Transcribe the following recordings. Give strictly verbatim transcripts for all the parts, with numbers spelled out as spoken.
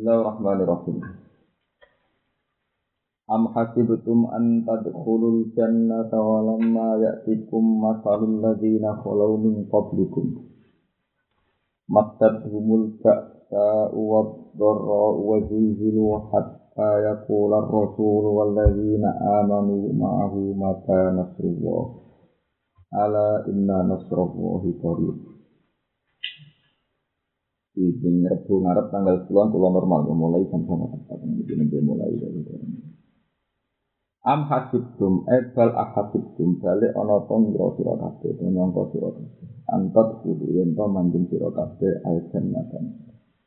Bismillahirrahmanirrahim. Am hasibtum an tadkhulul jannata wa lamma ya'tikum mathalul ladzina khalaw min qablikum mattadhumul ba'sa'u wad-dharra'u wa zilzilu hatta yaqula ar-rasulu wal ladzina amanu ma'ahu mata nasrullah ala inna nasrallahi qarib. Di Rebu ngarep tanggal sepuluh kula normal mulai sama tepat ini mulai dari Am hasibtum ebal ahasibtum balik ana to ngira sira kabeh nyangka sira kabeh antat kudu yen to manjing sira kabeh ayat natan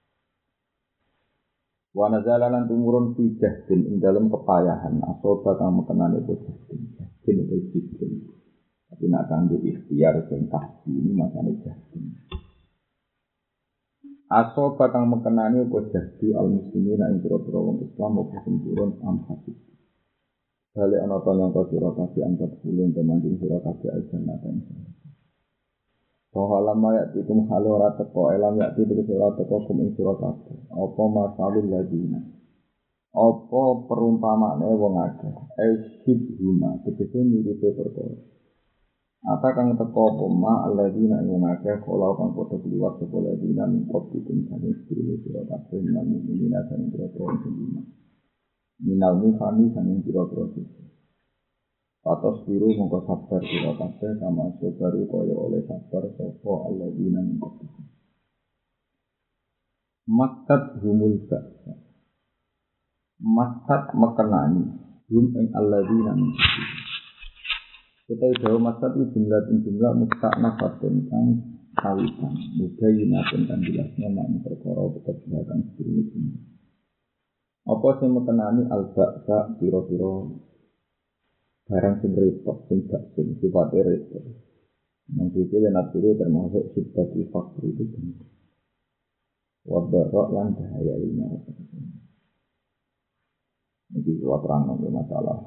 wa nazalalan tumurun fi jahdin ing dalem kepayahan asoba kang mekenane jahdin jahdin jahdin tapi nak kanggo ikhtiar sing tahdi ini makane jahdin asoba kang mekenane apa jahdi al muslimin ing pira-pira wong Islam apa sing turun am hasib balik ana to nyangka sira kabeh antat kulen temanjing sira kabeh ajanatan bahwa lama ya tikum halo ora teko elam ya tikum sira teko kum ing sira kabeh apa masalul ladina apa perumpamane wong akeh esib huma tegese miripe perkara Ata kang teko poma alladzina ing ngakeh kala kang padha kliwat sapa ladina min qablikum sane sira sira kabeh nang minina sing pira-pira sing minal mifani sane pira-pira sing atas biru mongko sabar sira kabeh sama sabaru kaya oleh sabar sapa alladzina min qablikum matat humul ba'sa matat mekenani hum ing alladzina min qablikum kita jauh masa itu jumlah jumlah mustaknafatun kan kawitan mudayinatun kan jelasnya makna perkara kebijakan seperti ini apa sih mekenani al-ba'sa piro-piro barang sing repot sing gak sing sifatnya repot yang dipilih naturi termasuk sifat faktor itu wadarok lan bahaya ini jadi dua terang masalah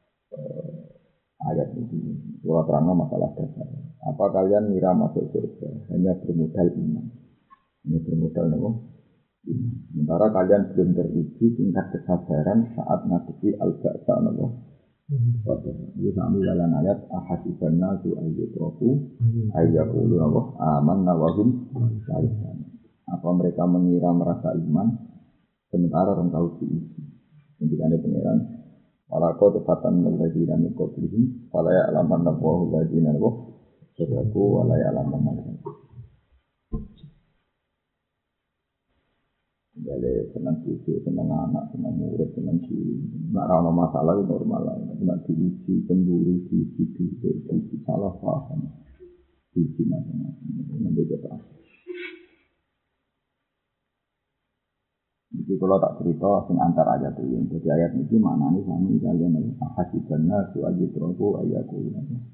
ayat ini, surah terang masalah dasar. Apa kalian mira masuk surga hanya bermodal iman? Ini bermodal apa? Iman. Sementara kalian belum teruji tingkat kesabaran saat ngadepi al-ba'sa apa? Ini kami dalam ayat ahasiban nasu ayyutraku ayyaqulu apa? Amanna wa hum la yahzanun. Apa mereka mengira merasa iman sementara orang tahu diuji. Intikannya pengiran Walako tepatan melalui min qablihim wala ya'laman nabahu alladziina sadaqu wala ya'laman man Jadi senang cucu, senang anak, senang murid, senang cilik. Nak ada masalah itu normal lah. Nak diuji, cemburu, diuji, diuji, diuji, salah paham, diuji macam-macam. Nanti kita Jadi kalau tak cerita sing antar ayat itu, jadi ayat ini maknanya sami kalian ahasibanna su'ajitroku ayaku.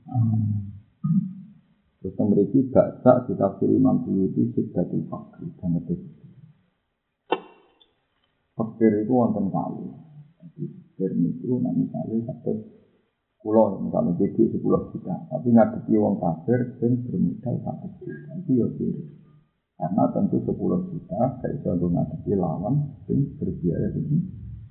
Terus memiliki baksa ditafsir Imam Suyuti Siddatul Fakir dan itu. Fakir itu wonten kali. Jadi fakir itu nanti kali satu pulau misalnya jadi sepuluh juta, tapi ngadepi wong kafir sing bermodal satu juta itu ya kiri. Karena tentu sepuluh juta saya bisa menghadapi lawan yang berbiaya ini.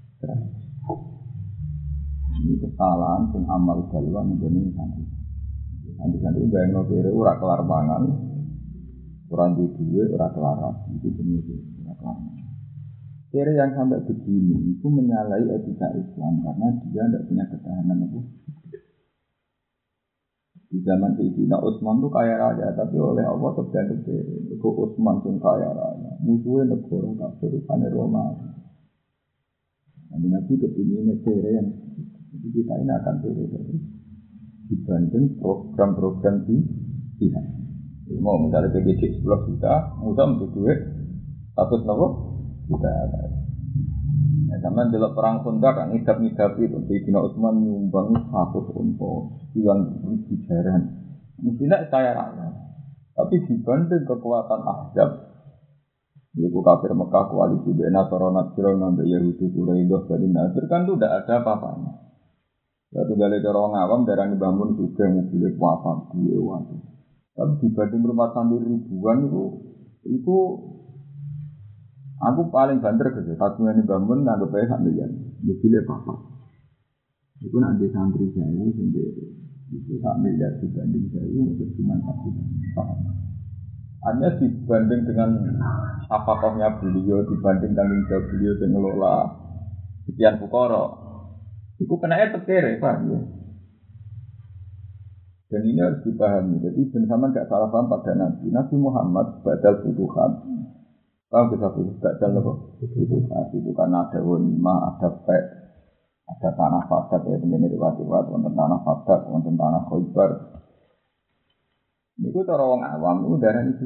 Ini kesalahan yang amal jalan ini nanti. Nanti nanti bayang kiri ura kelar pangan, orang di dua ura kelar rapi itu jenis ura kelar. Kiri yang sampai begini itu menyalahi etika Islam karena dia tidak punya ketahanan itu. Di zaman Sayyidina Utsman itu kaya raya, tapi oleh Allah terjadi kiri. Itu Utsman pun kaya raya. Musuhnya negara kafir, rupanya Roma. Nanti nanti kepinginnya kiri yang jadi kita ini akan kiri terus. Dibanding program-program di pihak. Mau misalnya P G D sepuluh juta, mudah untuk duit status nopo kita. Ya, zaman dalam perang Sunda kan ngidap-ngidap itu Sayyidina Utsman nyumbang satu untuk yang bijaran. Mestinya saya raya. Tapi dibanding kekuatan Ahzab, yaitu kafir Mekah koalisi Bena Toronat Firon sampai Yahudi Quraisy dari Nasir kan itu tidak ada apa-apanya. Satu balik ke orang awam darah dibangun juga mobil apa gue waktu. Tapi dibanding rumah sambil ribuan itu itu Aku paling banter gitu. Satu ini bangun nggak bayar sak miliar. Mobilnya apa? Itu nanti santri saya sendiri. Itu sak miliar dibanding saya untuk cuma satu. Hanya dibanding dengan apakahnya beliau dibanding tanggung jawab beliau yang ngelola sekian fukara. Itu kenanya tekir, Pak. Ya. Dan ini harus dipahami. Jadi bersama tidak salah paham pada Nabi. Nabi Muhammad badal futuhat. Tahu kita futuhat badal apa? Futuhat itu karena ada wanima, ada pek, ada tanah fadak ya, menjadi riwayat-riwayat wonten tanah fadak, wonten tanah Khaybar. Itu cara orang awam itu darah itu.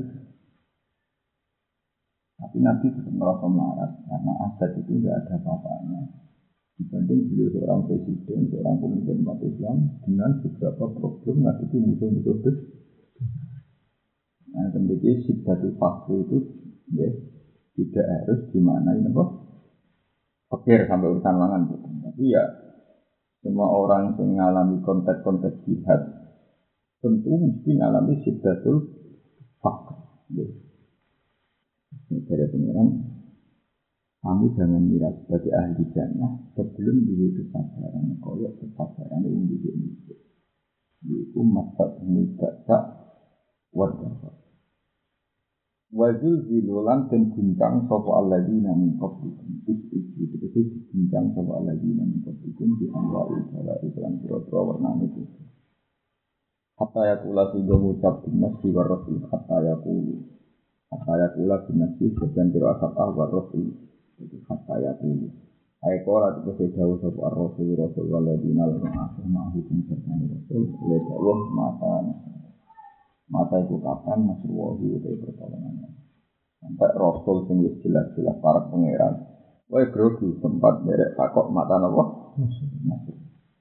Tapi Nabi tetap merasa marah karena adat itu tidak ada apa-apanya. Dibanding beliau seorang presiden, seorang pemimpin umat Islam dengan beberapa problem ngadepi musuh-musuh besar. Nah, kemudian sifatul fakir itu ya, tidak harus dimaknai apa? Fakir sampai urusan mangan gitu. Tapi ya semua orang yang mengalami konteks-konteks jihad tentu mesti mengalami sifatul fakir. Ya. Ini dari pengiran. Kamu jangan mira sebagai ahli jannah sebelum diri kesabaran koyok kesabaran yang diri itu masa mudaka warga wajib dilulang dan guncang sopo alladina min qablikum itu itu itu guncang sopo alladina min qablikum di anwari bala iklan pura-pura warna itu hatta yakula sehingga ngucap binasi warrasul hatta yakulu hatta yakula binasi sekian kira asapah warrasul hatta yakulu ayat-ayat itu sejauh sopa Rasul Rasul waladina al-ma'asih ma'ahukum sertani Rasul ledawah mata mata itu kapan nasruwahi itu pertolongannya sampai Rasul sing jelas-jelas para pengeran wah grogi sempat derek takok mata apa? Nasruh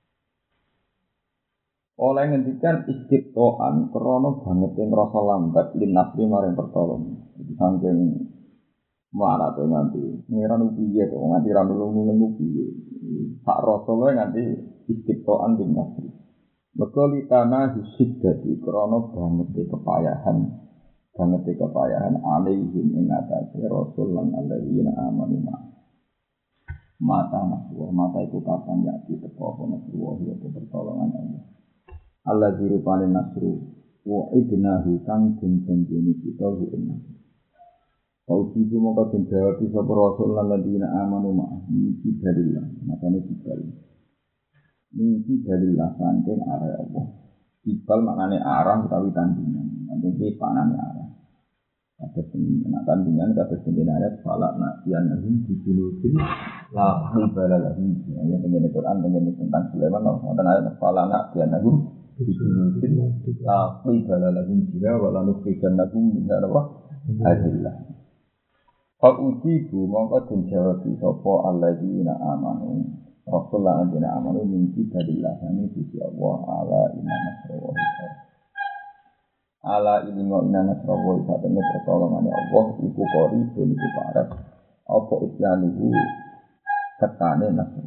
oleh ngendikan istiqtoan krono banget yang rasa lambat linasri maring pertolongan jadi saking mana tuh nanti ngiran upiye tuh nganti ramulung nulung upiye tak rasulnya nganti istiqtoan bin nasri bekali tanah hisid dari krono banget di kepayahan banget di kepayahan alaihim ingatasi rasul lan alaihina amanu mata nasruh mata itu kapan ya kita kau nasruh itu pertolongan Allah Allah dirupani nasruh wa ibnahu kang jenjeni kita hu inna Kau itu mau kau jawab bisa Rasul ladina amanu ma'ah mimpi dalillah makanya kibal mimpi dalillah saking arah Allah kibal maknanya arah utawi tandingan nanti panane arah ada nak tandingan ada sendiri ayat falak nak yang nabi dijulukin la ibala lagi ya dengan Quran dengan tentang Sulaiman ada ayat falak nak yang nabi dijulukin la ibala lagi dia wala nukikan nabi tidak apa adillah Pak uji bu, mongko den jawab sapa alladzina amanu. Rasulullah alladzina amanu mimpi dalillah ini sisi Allah ala inna nasrallahi. Ala ilmu inna nasrallahi satene pertolongan Allah iku qaribun iku parek. Apa isyanuhu ketane nasr.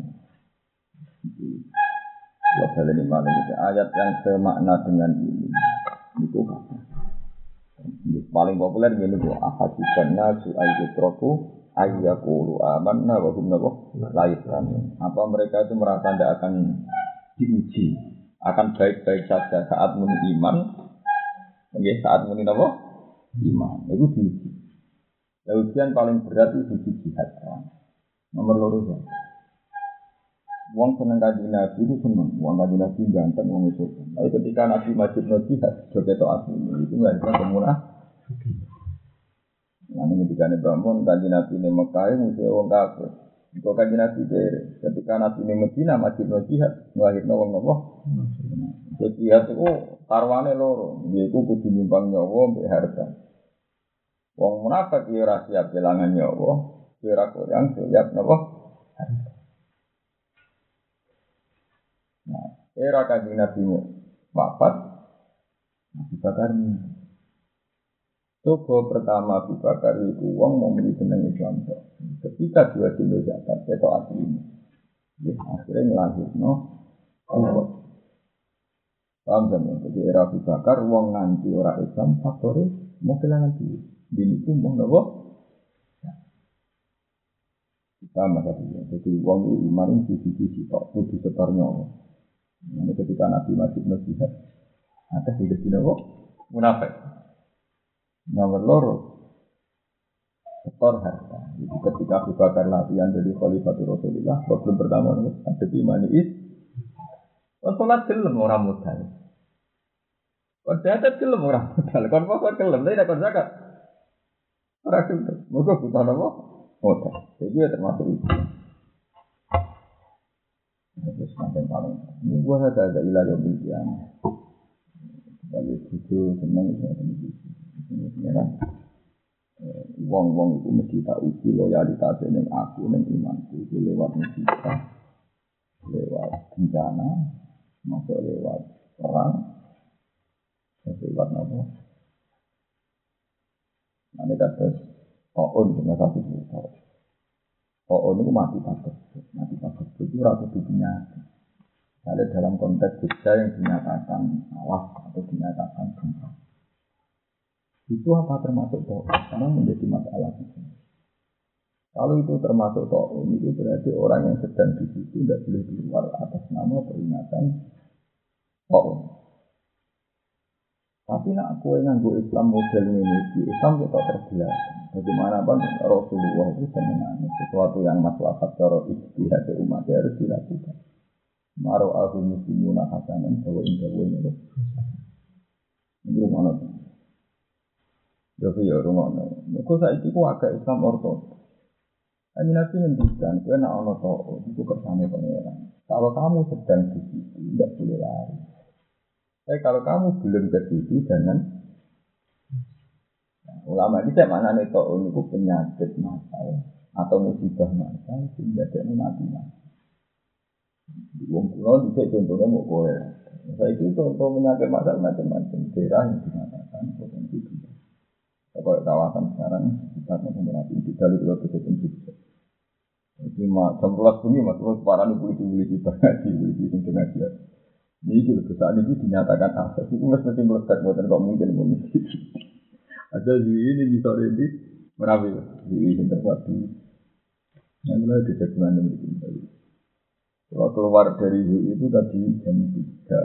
Wa dalil malam ayat yang semakna dengan ini. Itu kata. Paling populer ini bu ahadikan nasu ayyutroku ayyakulu amanna wa hum la yusramun. Apa mereka itu merasa tidak akan diuji, akan baik-baik saja saat muni iman, ya saat muni apa? Iman. Itu diuji. Ya, ujian paling berat itu uji jihad. Nomor loro ya. Wong seneng kaji Nabi itu seneng, wong kaji Nabi ganteng, wong itu. Tapi ketika Nabi majid jihad, joget itu asli, itu nggak bisa kemunah. Nanti ketika ini bangun kaji Nabi ini Mekah, musuh wong kafir. Kalau kaji Nabi dari, ketika Nabi ini Medina majid jihad, melahirkan wong apa? Jadi jihad itu taruhannya loro, yaitu kudu nyumbang nyawa, mbek harta. Wong munafik ya ora siap kelangan nyawa, ora kurang siap napa? Harta. Nah, era kajian Nabi wafat, Abu Bakar ini. Coba pertama Abu Bakar itu uang mau beli seneng Islam. Ketika dua kilo zakat, itu asli. Ya, akhirnya ngelahir, no. Oh, paham kan? Jadi era Abu Bakar uang nanti orang Islam faktornya mau kehilangan duit. Bini itu mau nopo. sama satunya. Jadi uang itu iman itu sisi-sisi tok kudu setornya. Nanti ketika Nabi masih nasihat, ada hidup di kok munafik. Nomor loro setor harta. Jadi ketika Abu Bakar latihan dari Khalifatul Rasulullah, problem pertama ada di mana is. Sholat gelem orang modal. Kalau zakat gelem orang modal. Kalau puasa gelem, tapi tidak zakat. Orang gelem. Mereka butuh apa? Modal. Jadi itu termasuk itu. Terus macam paling. Ini gua ada ada ilah yang bilang. Kalau itu senang itu ada di sini. Ini sebenarnya wong-wong itu mesti tak uji loyalitas dengan aku dan imanku itu lewat musibah, lewat bencana, masuk lewat perang, lewat apa? Nanti kata Oon dengan satu juta. Oon itu mati takut, mati takut itu rasa dunia. Ada dalam konteks juga yang dinyatakan awas atau dinyatakan gempa. Itu apa termasuk to'um? Karena menjadi masalah itu. Kalau itu termasuk to'um, itu berarti orang yang sedang di situ tidak boleh keluar atas nama peringatan to'um. Tapi nak kue nganggo Islam model ini, di Islam kita terbelah. Bagaimanapun Rasulullah itu sebenarnya sesuatu yang maslahat cara ijtihad umat harus dilakukan. Maro aku muslimuna hasanan bahwa indah ini loh. Ini mana tu? Jadi ya rumah ni. Kau saat itu agak Islam ortodoks. Ini nanti menunjukkan kau nak ono toh itu kersane pangeran. Kalau kamu sedang di situ tidak boleh lari. Tapi kalau kamu belum ke situ jangan. Nah, ulama ini saya mana nih toh itu penyakit masal atau musibah masal sehingga dia mati mati. Di wong kulo dicek contohnya mau kowe. Saya itu contoh penyakit masal macam-macam daerah yang dinyatakan potensi itu. Kalau kawasan sekarang kita mengenai di dalam dua persen juga. Jadi macam kelas bunyi macam para nih polisi-polisi berhaji polisi yang sengaja. Ini juga saat ini dinyatakan asas itu mesti melekat buatan kok mungkin mungkin. Ada di ini di sore ini merapi di ini terpadu. Yang mulai dijadikan ini. Kalau keluar dari itu tadi jam tiga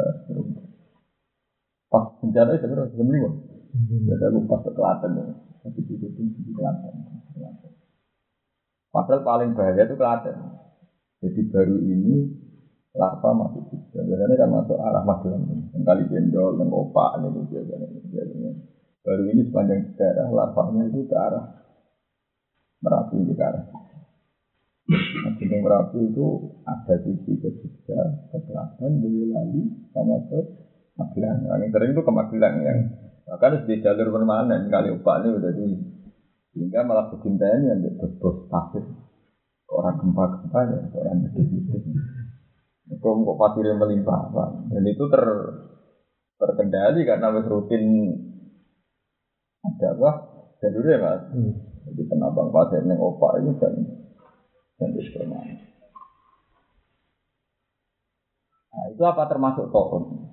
pas bencana itu berapa jam lima. Jadi aku pas ke Klaten ya, tapi itu pun di Klaten. Pasal paling bahaya itu Klaten. Jadi baru ini larva masuk juga. Biasanya kan masuk arah Magelang, yang kali Jendol, yang Opak, itu biasanya. Baru ini sepanjang daerah larvanya itu ke arah Merapi ke arah. Nah, Gunung Merapi itu ada sisi ke Jogja, ke Klaten, Boyolali, sama ke Magelang. Yang sering itu ke Magelang yang bahkan di jalur permanen kali Opak ini udah di sehingga malah begintanya yang berbos pasir orang gempa-gempa ya orang gede-gede itu kok pasirnya melimpah Pak. Dan itu ter terkendali karena harus rutin ada apa jalurnya Mas. Hmm. Jadi penambang pasir yang Opak ini dan dan di permanen. Nah itu apa termasuk tokoh?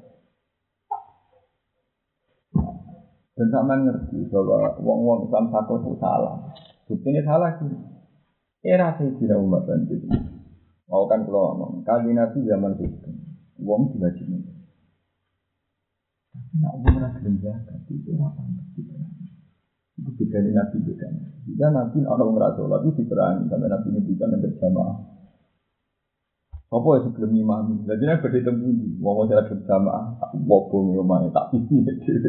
Dan sama ngerti bahwa wong-wong Islam satu itu salah. Buktinya salah sih. Era saya tidak umat dan itu. Mau kan kalau ngomong, kali Nabi zaman itu, wong juga cina. Tapi nak umrah gelenjakan itu apa ngerti berani. Itu beda dari Nabi beda. Jika Nabi ada umrah sholat itu diperangi sampai Nabi ini bisa berjamaah. Apa yang sebelum imam? Jadi Nabi berditemui, wong-wong saya berjamaah, tak wobong rumahnya, tak pipi.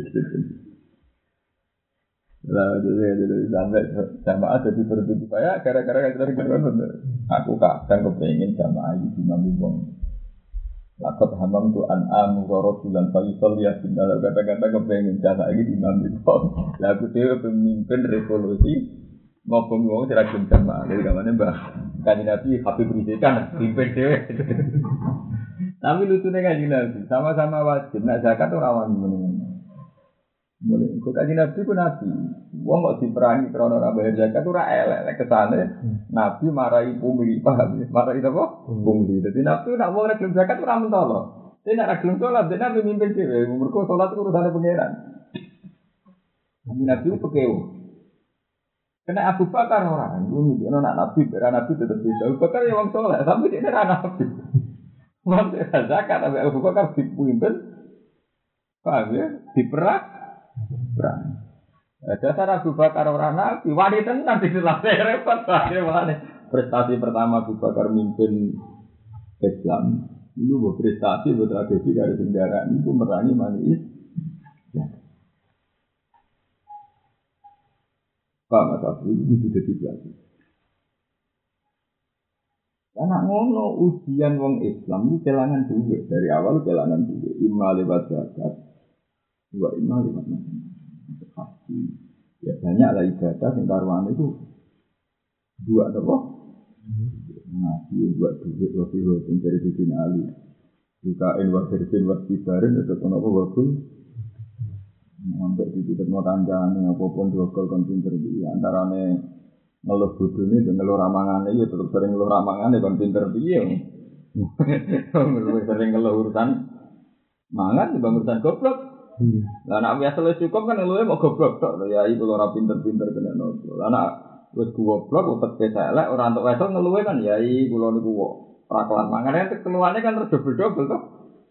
Lah jadi sampai jamaah jadi bertujuh saya gara-gara kita dengar benar. Aku kadang kepengen jamaah di imam wong. Lakot hamam tu an'am rasulullah sallallahu alaihi wasallam kata-kata kepengen jamaah di imam wong. Lah aku dhewe pemimpin revolusi ngobong wong ora gelem jamaah. Jadi kamane Mbah Kanjeng Nabi Habib Rizik kan pimpin dhewe. Tapi lucunya Kanjeng Nabi sama-sama wajib nak zakat ora wani meneng. Mulai ikut kaji Nabi pun Nabi, wong kok diperangi karena orang bayar zakat itu rakyat, lek kesana Nabi marahi pungli, paham? Marahi apa? Pungli. Jadi Nabi nak mau ragilum zakat orang mentolo, dia nak ragilum sholat, dia Nabi mimpin sih, mereka sholat itu urusan pengeran. Nabi itu pekewo. Kena Abu Bakar orang, gue mikir anak Nabi, beran Nabi tetap bisa. Abu Bakar ya orang soleh, tapi dia era Nabi. Waktu zakat, tapi Abu Bakar dipimpin, paham ya? Diperak, perang. Dasar Abu Bakar orang Nabi, wanita nanti dilatih repot, bagaimana? Prestasi pertama Abu Bakar mimpin Islam, itu buat prestasi, buat tragedi dari kendaraan itu merangi manis. Pak Mas Abdul itu sudah dibelajar. Karena ngono ujian wong Islam itu kelangan duit dari awal kelangan duit. Imma lewat zakat, dua imma lewat macam haji. Ya banyak lah ibadah yang karuan itu dua apa? Ngaji buat duit waktu itu mencari bikin ali. Bukain wajarsin wajibarin atau apa waktu. Sampai di titik mau kancane apapun dogol kon pinter iki antarane ngeluh bodone dan ngeluh ramangane ya tetep sering ngeluh ramangane kon pinter piye. Sering ngeluh urusan mangan timbang urusan goblok. Lah nek wis selesai cukup kan ngeluhe mau goblok tok ya iki kula ora pinter-pinter kena nopo. Lah nek wis goblok utek elek ora entuk weso ngeluhe kan ya iki kula niku kok ora kelan mangane keluane kan terdobel-dobel to.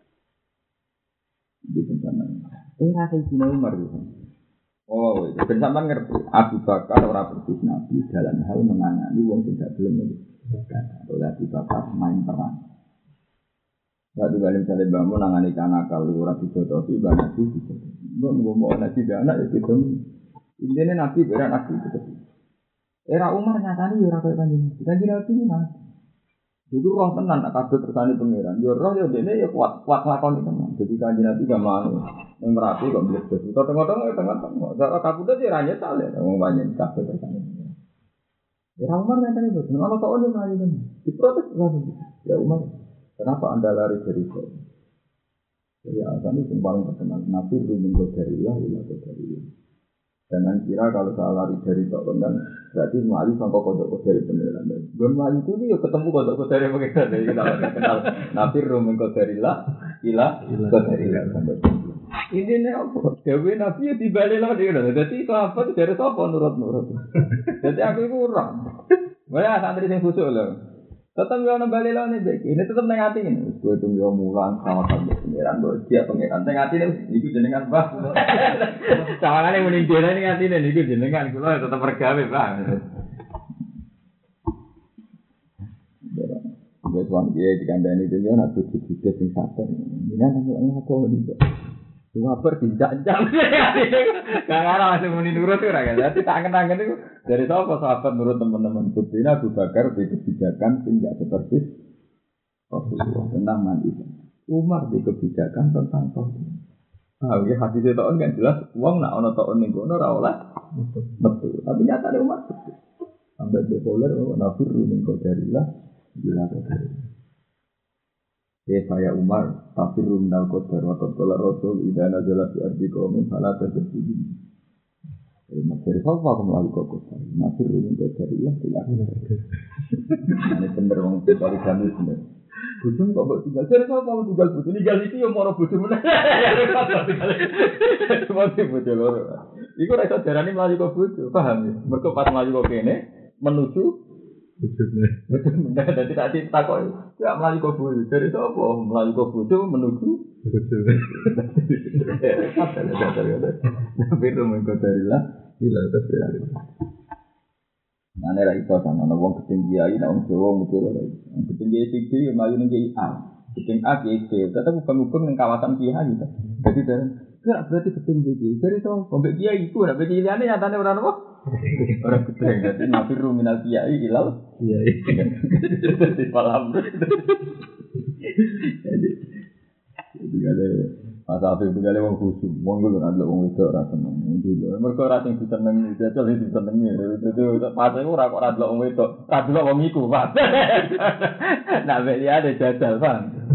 Di pencanan. Eh rasa Sayyidina Umar itu. Oh, itu ben sampean ngerti. Abu Bakar ora persis Nabi dalam hal menangani wong sing gak gelem itu. Oleh Abu Bakar main perang. Satu kali misalnya bangun nangani kanakal ora dijotosi banget itu. Mbok ngomong ana tidak anak itu. Intine Nabi beran Nabi itu. Era Umar nyatani ya ora kaya kanjeng. Kanjeng Nabi ini Nabi. Itu roh tenan tak kabeh tersane pangeran. Yo roh yo dene yo kuat-kuat lakoni tenan. Jadi kanjeng Nabi gak mau ning merapi kok mlebu. Tengok-tengok tengok-tengok. Ora kabudut ya ra nyesal ya wong banyak kabeh tersane. Ya Umar nyatane itu. Ono tok ono kali kan. Diprotes lagi. Ya Umar, kenapa Anda lari dari itu? Jadi alasan itu paling terkenal. Nabi rumin qadarillah ila qadarillah. Jangan kira kalau saya lari dari tok kan berarti mari sampai kodok dari pengiran. Gon mari itu ya ketemu kodok dari pengiran dari kita kenal. Nabi rumin qadarillah ila qadarillah sampai. Ini nih apa? Dewi Nabi di balik lah dia. Jadi itu apa? Dari siapa nurut-nurut? Jadi aku itu orang. Boleh santri yang khusus loh. Tetap dia orang balik lah nih. Ini tetap negatif ini. Gue itu dia mulang sama sama pengiran. Dia pengiran. Negatif ini. Itu jenengan bah. Sama kan yang meninggal ini negatif ini. Itu jenengan. Kalau tetap bergawe bah. Gue suami dia di kandang ini dia nak tujuh tiga sing satu. Ini nanti orang aku ni. Cuma bertinjak-tinjak. Karena masih muni nurut tu rakyat. Jadi tangan-tangan itu dari siapa sahabat nurut teman-teman. Buktinya Abu Bakar di kebijakan tidak seperti Rasulullah tentang mandi. Umar di kebijakan tentang tauhid. Ah, ya hadis itu kan jelas. Uang nak ono tahun minggu ono rawlah. Betul. Tapi nyata ada Umar betul. Sampai populer nafir minggu darilah bila terjadi. Ya saya Umar, tapi rumnal qadar wa qala Rasul idza nazala fi ardi qaumin fala tadkhulu. Eh materi apa kamu lagi kok qadar. Nabi rumnal qadar ya tidak. Ini bener wong sekali kami bener. Bujum kok mbok tinggal jare sapa kamu tinggal bujum tinggal iki yo moro bujum meneh. Semua bujum loro. Iku ra iso darani mlayu kok bujum, paham ya? Mergo pas mlayu kok kene menuju bujumnya. Bujumnya dadi tak ditakok. Ya mlayu kok bujum. Dari sapa? Mlayu kok bujum menuju bujum. Tapi rumah kok darilah ila tasbih. Nane ra iso kan ana wong ketinggi ae nek wong Jawa mutur ora iso. Ketinggi tinggi yo mlayu ning Ki A. Keting A Ki C, tetep bukan-bukan ning kawasan Kiai gitu. Jadi enggak berarti ketinggi iki. Dari to, mbek Kiai iku nek pilihannya nyatane ora apa? Ora keting. Dadi nafir minal Kiai ilal Kiai. Di palam. Jadi jadi kale Mas Afif itu kali wong khusus, wong kulo ora wong wedok ora seneng. Iki lho, mergo ora sing disenengi, jajal sing disenengi. Itu pas iku ora kok ora delok wong wedok, ora delok wong iku, Pak. Nah, mek dia ada jajal, Pak.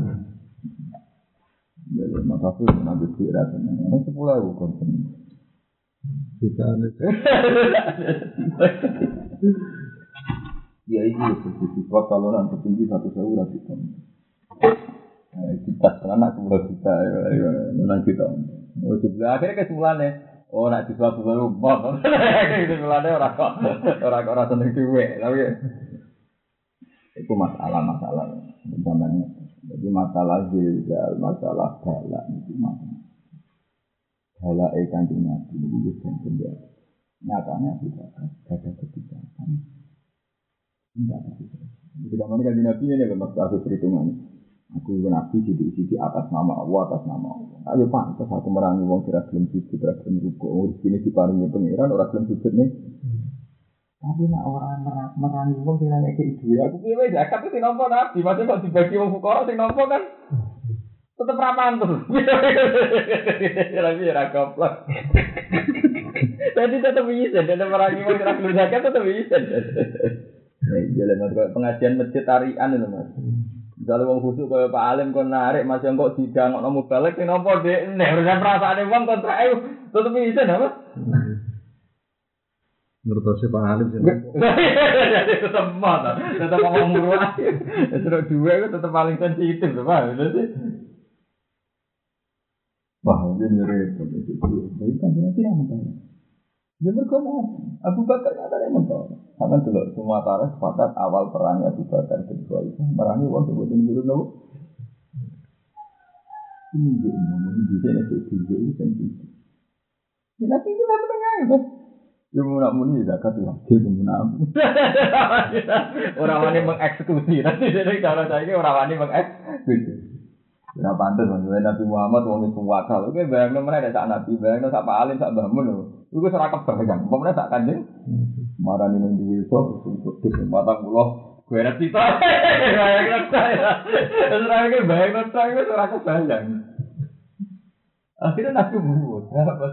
Ya, Mas Afif nanti ora seneng. Nek sepuluh ribu kon seneng. Jutaan. Ya iki posisi kotalonan tertinggi satu sewu ora bisa. Kita anak dua juta, menang kita. Oh, sebelah akhirnya kesimpulannya Oh, nak disuatu baru bom. Itu mulane ora kok ora kok ora seneng duwe, tapi itu masalah-masalah zamannya. Jadi masalah zilzal, masalah bala itu masalah. Bala eh Kanjeng Nabi itu dan penjara. Nyatanya tidak ada kebijakan. Tidak ada kebijakan. Jadi kalau Kanjeng Nabi ini memang satu perhitungan. Aku nabi di atas nama Allah, atas nama Allah. Ayo pantas aku merangi wong kira gelem sujud, kira gelem ruku. Oh, di sini diparingi pangeran ora gelem sujud nih. Tapi nak orang merangi wong kira nek iki duwe. Aku piye wae zakat itu nampa nabi, maksud kok dibagi wong fuqara sing nampa kan tetep ra mantul. Lagi ra goblok. Tadi tetep bisa, tetep merangi wong kira gelem zakat tetep bisa. Ya jalan pengajian masjid tarian itu Mas. Misalnya wong khusus kaya Pak Alim kon narik Mas yang kok didangokno mubalek sing nampa dhek nek urusan perasaane wong kontrak e tetep isin apa? Menurut Pak Alim sih. Tetep mata, tetep ngomong murah. Terus duwe itu tetep paling sensitif to, Pak. Wah, ini repot itu. Jadi kan dia tidak mentah. Dia berkomentar, Abu Bakar kata dia mentah. Sama dulu semua tarikh sepakat awal perangnya Abu Bakar kedua itu merangi wong sebutin guru nopo. Ini dia ngomong di sini itu itu sensitif. Ini nanti kita mendengar itu. Dia mau nak muni zakat wajib menang. Orang wani mengeksekusi. Nanti dari cara saya ini orang wani mengeksekusi. Ya pantas maksudnya Nabi Muhammad wong itu wakal. Oke, bayangno meneh sak Nabi, bayangno sak Pak Alim sak Mbah Mun lho. Iku ora kebayang. Pomene sak Kanjeng marani ning duwe iso untuk kesempatan kula gweret kita. Bayangno saya. Ora iki bayangno saya wis ora kebayang. Akhirnya Nabi Muhammad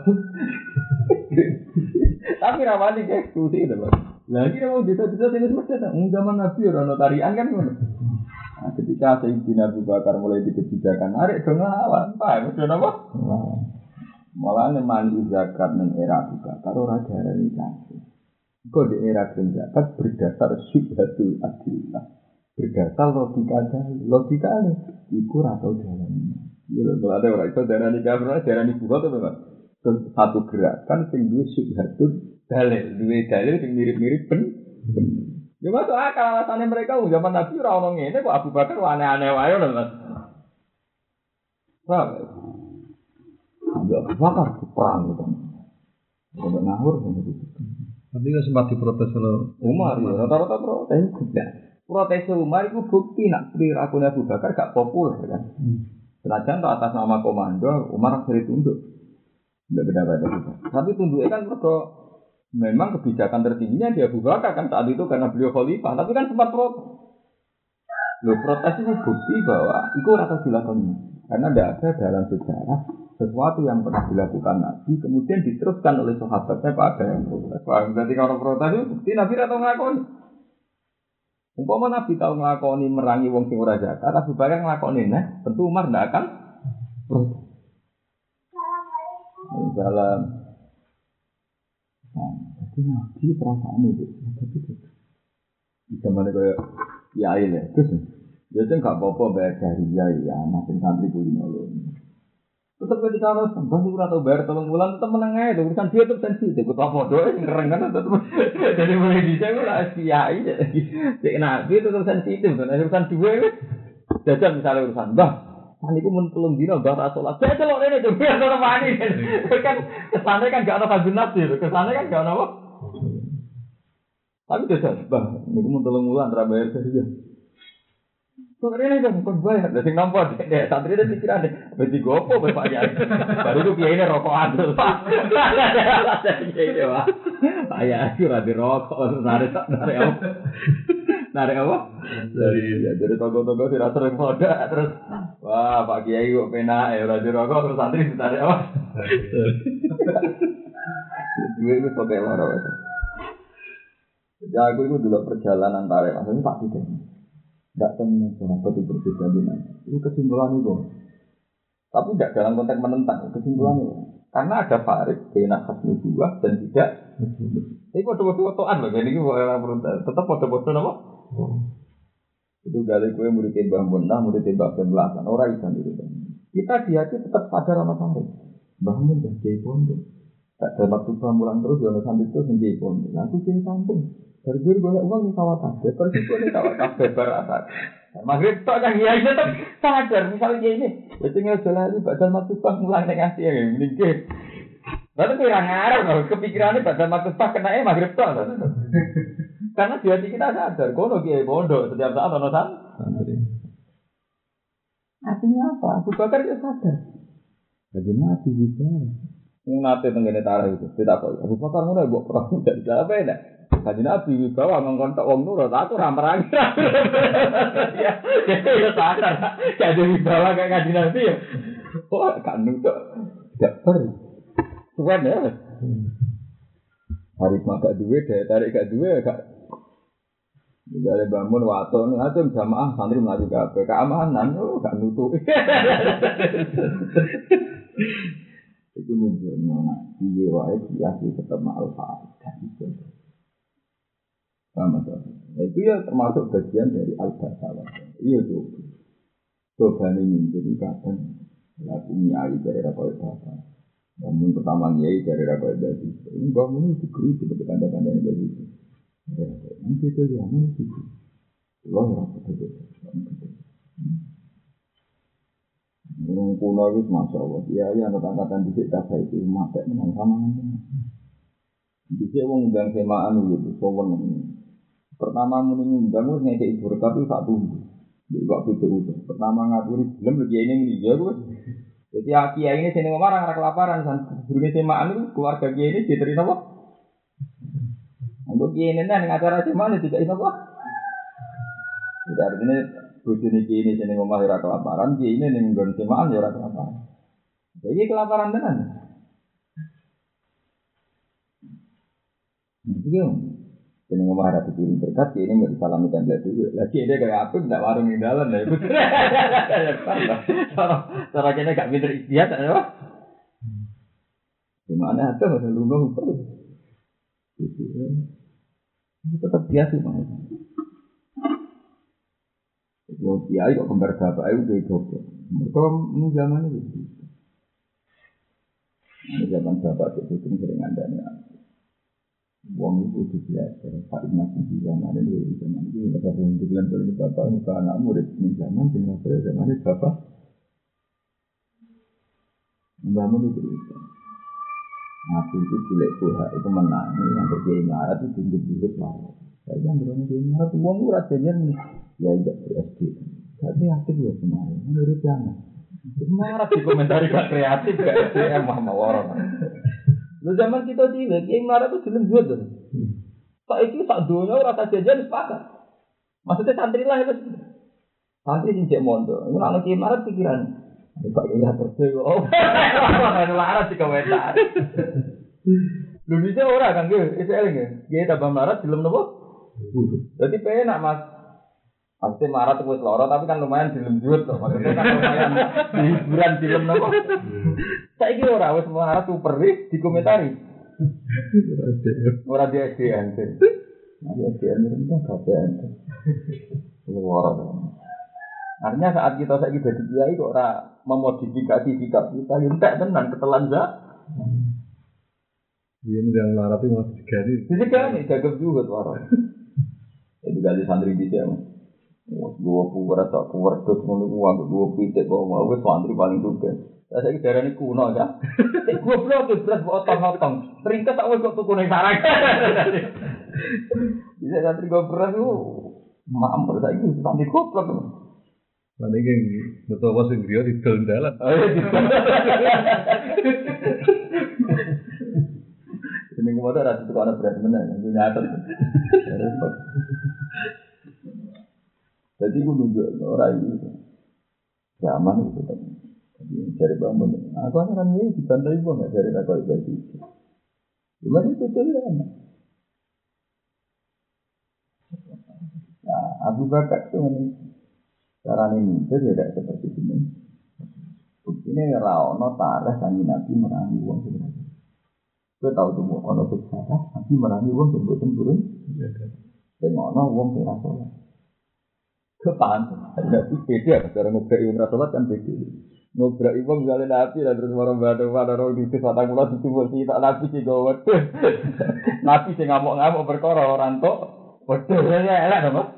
tapi rawani eksekusi itu Pak. Lagi mau bisa-bisa sing mesti zaman Nabi ora notarian kan ngono. Nah, ketika Sayyidina Abu Bakar mulai di kebijakan, narik dong lawan, Pak, itu apa? Malah nemani zakat ning era Abu Bakar ora diarani kafir. Kok di era zakat berdasar syubhatul adillah. Berdasar logika dalil, logika ini iku ora tau jalan. Ya lho, ada ora iso diarani kafir, diarani buhat apa, Pak? Satu gerakan sing duwe syubhatul dalil, duwe dalil sing mirip-mirip ben. Ya masuk akal alasannya mereka zaman Nabi ora ono ngene kok Abu Bakar aneh-aneh wae lho Mas. Wah. Abu Bakar perang gitu. Ada ngawur gitu. Tapi kan sempat diprotes oleh Umar ya rata-rata protes juga. Protes Umar itu bukti nak perilaku Abu Bakar gak populer kan. Senajan to atas nama komando Umar akhirnya tunduk. Tidak beda-beda juga. Tapi tunduknya kan mergo memang kebijakan tertingginya dia Abu Bakar kan saat itu karena beliau khalifah, tapi kan sempat protes. Loh, protes itu bukti bahwa itu rata dilakukan karena tidak ada dalam sejarah sesuatu yang pernah dilakukan Nabi kemudian diteruskan oleh sahabatnya pada yang protes. Berarti kalau protes itu bukti Nabi atau ngelakoni. Umpama Nabi tahu ngelakoni merangi wong sing ora zakat, Abu Bakar ngelakoni nah, tentu Umar tidak akan protes. Dalam nah, tapi Nabi perasaan itu, tapi itu bisa mana kayak ya ini, terus biasanya nggak apa-apa bayar dari ya ya, nanti santri kulino loh. Tetap ketika harus sembah sih atau bayar tolong bulan tetap menang aja, urusan dia tetap sensitif, betul apa doa yang keren kan tetap dari mulai di saya udah siai, jadi Nabi tetap sensitif, dan urusan dua itu, jajan misalnya urusan bah. Aniku mun telung dina mbah ra salat. Saya celok rene to biar ora mani. Kan kesane kan gak ono kabin nabi, kesane kan gak ono apa. Tapi jajal, Mbah, niku mun telung wulan ra bayar saja. Kok rene kan kon bayar, sing nampa nek santri nek pikirane, wis digopo Pak Yai. Baru ku kiyaine rokokan to, Pak. Kiai Pak. Pak Yai ora dirokok, narik narik apa? Narik apa? Dari ya dari toko-toko sira sering poda terus wah Pak Kiai kok penak ya ora dirokok terus santri ditarik apa? Duwe wis pakai loro wis. Ya aku itu dulu perjalanan tarik maksudnya tak tidak. Tidak temen sahabat itu berbeda dengan itu kesimpulan itu. Tapi tidak dalam konteks menentang kesimpulan itu. Karena ada farid bena khasmi dua dan tidak. Ini foto-foto fotoan loh. Jadi tetap foto-foto apa? Itu gali kue murid Mbah Mun, murid Mbah Kemlasan, orang Islam itu. Kita di hati tetap sadar sama farid. Mbah Mun dan Kiai Pondok. Tak ada waktu pulang terus jono santri itu sendiri pun. Aku jadi kampung. Berjur boleh uang di sawah kafe. Pergi pun di sawah kafe berat. Maghrib tak kan ya itu sadar misalnya ini. Betul jalan ini badan waktu pas mulang dengan ya mending. Lalu kira ngarang loh kepikirannya badan waktu pas kena eh maghrib tak. Karena di hati kita sadar. Kono kiai pondok setiap saat ono santri. Artinya apa? Abu Bakar itu sadar. Jadi mati juga. Nate tenggene tarikh itu. Tidak kok. Abu Bakar ngono mbok perang dari apa ya? Kanjeng Nabi bawa ngongkon tok wong nurut aku ora merangi. Ya, ya sadar. Kanjeng bawa kayak kanjeng Nabi ya. Oh, kan nutuk. Gak per. Tuan ya. Hari makan duwe, daya tarik gak duwe gak. Jadi bangun waton, itu jamaah santri melaju kabeh keamanan, oh gak nutuk. Itu menunjukkan nabi wae biasa tetap al-Fatihah itu. Sama saja. Itu ya termasuk bagian dari al-Basawah. Iya tuh. Coba nih jadi kadang laku nyai dari rakyat bapak. Bangun pertama nyai dari rakyat bapak. Ini bangun itu kiri seperti tanda-tanda yang begitu. Nanti itu zaman itu. Allah rakyat bapak. Orang kuno itu masya Allah. Ya, yang kata-kata di sini saya itu mati menang sama dengan. Di sini orang undang semaan itu, sowan ini. Pertama mengundang itu ngekei berkat itu tak tunggu. Di waktu itu pertama ngaturi belum lagi ini meninjau gue. Jadi akia ini sini ngomong orang kelaparan kan. Berbagai semaan itu keluarga dia ini diterima apa? Untuk dia ini nih acara semaan itu tidak apa? Tidak artinya. Bujuni ini sini ngomong ora kelaparan, ki ini ning nggon semaan ya ora kelaparan. Jadi kelaparan tenan. Iya. Sini ngomong ora dikirim berkat, ki ini mau disalami tembak dulu. Lagi ini kayak apa ndak warung ning dalan lha iku. Cara kene gak pinter istiadat ya. Gimana ada ada lunga terus. Itu tetap biasa Mas. Wong kiai kok kembar bapak ae udah goblok. Mergo mu zaman itu. Ini zaman bapak itu sering ngandani. Wong itu belajar Pak Ignatius di zaman ini zaman ini bapak yang dibilang oleh bapak muka anak murid di zaman dengan pada zaman ini bapak membangun itu. Aku itu cilik buah itu menang yang berjaya ngarat itu tinggi-tinggi lah. Saya yang berani dia ngarat uang murah saja nih. Ya tidak kreatif, tapi aktif ya kemarin. Menurut jangan. Marah di komentar gak kreatif, gak S D M mah orang. Lu zaman kita cilik, yang marah tuh film dua tuh. Pak itu tak dunia rasa jajan sepakat. Maksudnya santri lah itu. Santri cincin mondo. Ini anak yang marah pikiran. Pak ini apa sih? Oh, orang marah di komentar. Lu bisa orang kan gitu, itu eling. Dia tambah marah film nopo. Jadi penak mas. Pasti marah terus loro tapi kan lumayan film duit loh. Maksudnya kan lumayan hiburan film nopo. Saya kira orang wes marah tuh perih dikomentari. Orang dia S D N. Dia S D N itu K P N. Luar. Artinya saat kita saya jadi kiai kok orang memodifikasi sikap kita, entek tenan ketelan za. Dia yang marah itu masih digani. Digani, gagap juga tuh orang. Jadi kali santri di sini. Dua puwer atau puwer dot ngono uang dua pitik kok mau wis santri paling juga. Lah saiki darane kuno ya. Sik goblok wis belas otong-otong. Ringkes tak wis kok tuku ning sarang. Bisa santri goblok ku mampir saiki santri goblok. Lan iki betul was sing griya didol dalan. Ini kemana rasa itu ada berat mana? Itu nyata. Jadi aku nunjuk orang itu, zaman itu kan, cari bangun. Aku kan ini dibantai pun nggak cari rakor itu. Gimana itu tuh? Nah, Abu Bakar itu cara ini tidak seperti ini. Ini rano tarah kanji Nabi merangi uang sebenarnya. Kita tahu semua ono sejarah Nabi merangi uang sebutun turun. Dengan ono uang terasa. Kepan, ada beda. Cara ngobrak yang rasulat kan beda. Ngobrak ibu misalnya nabi dan terus orang baru pada orang di kesempatan pulau ditubur sih tak nabi sih gawat. Nabi sih ngamuk-ngamuk berkoro orang tok. Waduh ya elak apa?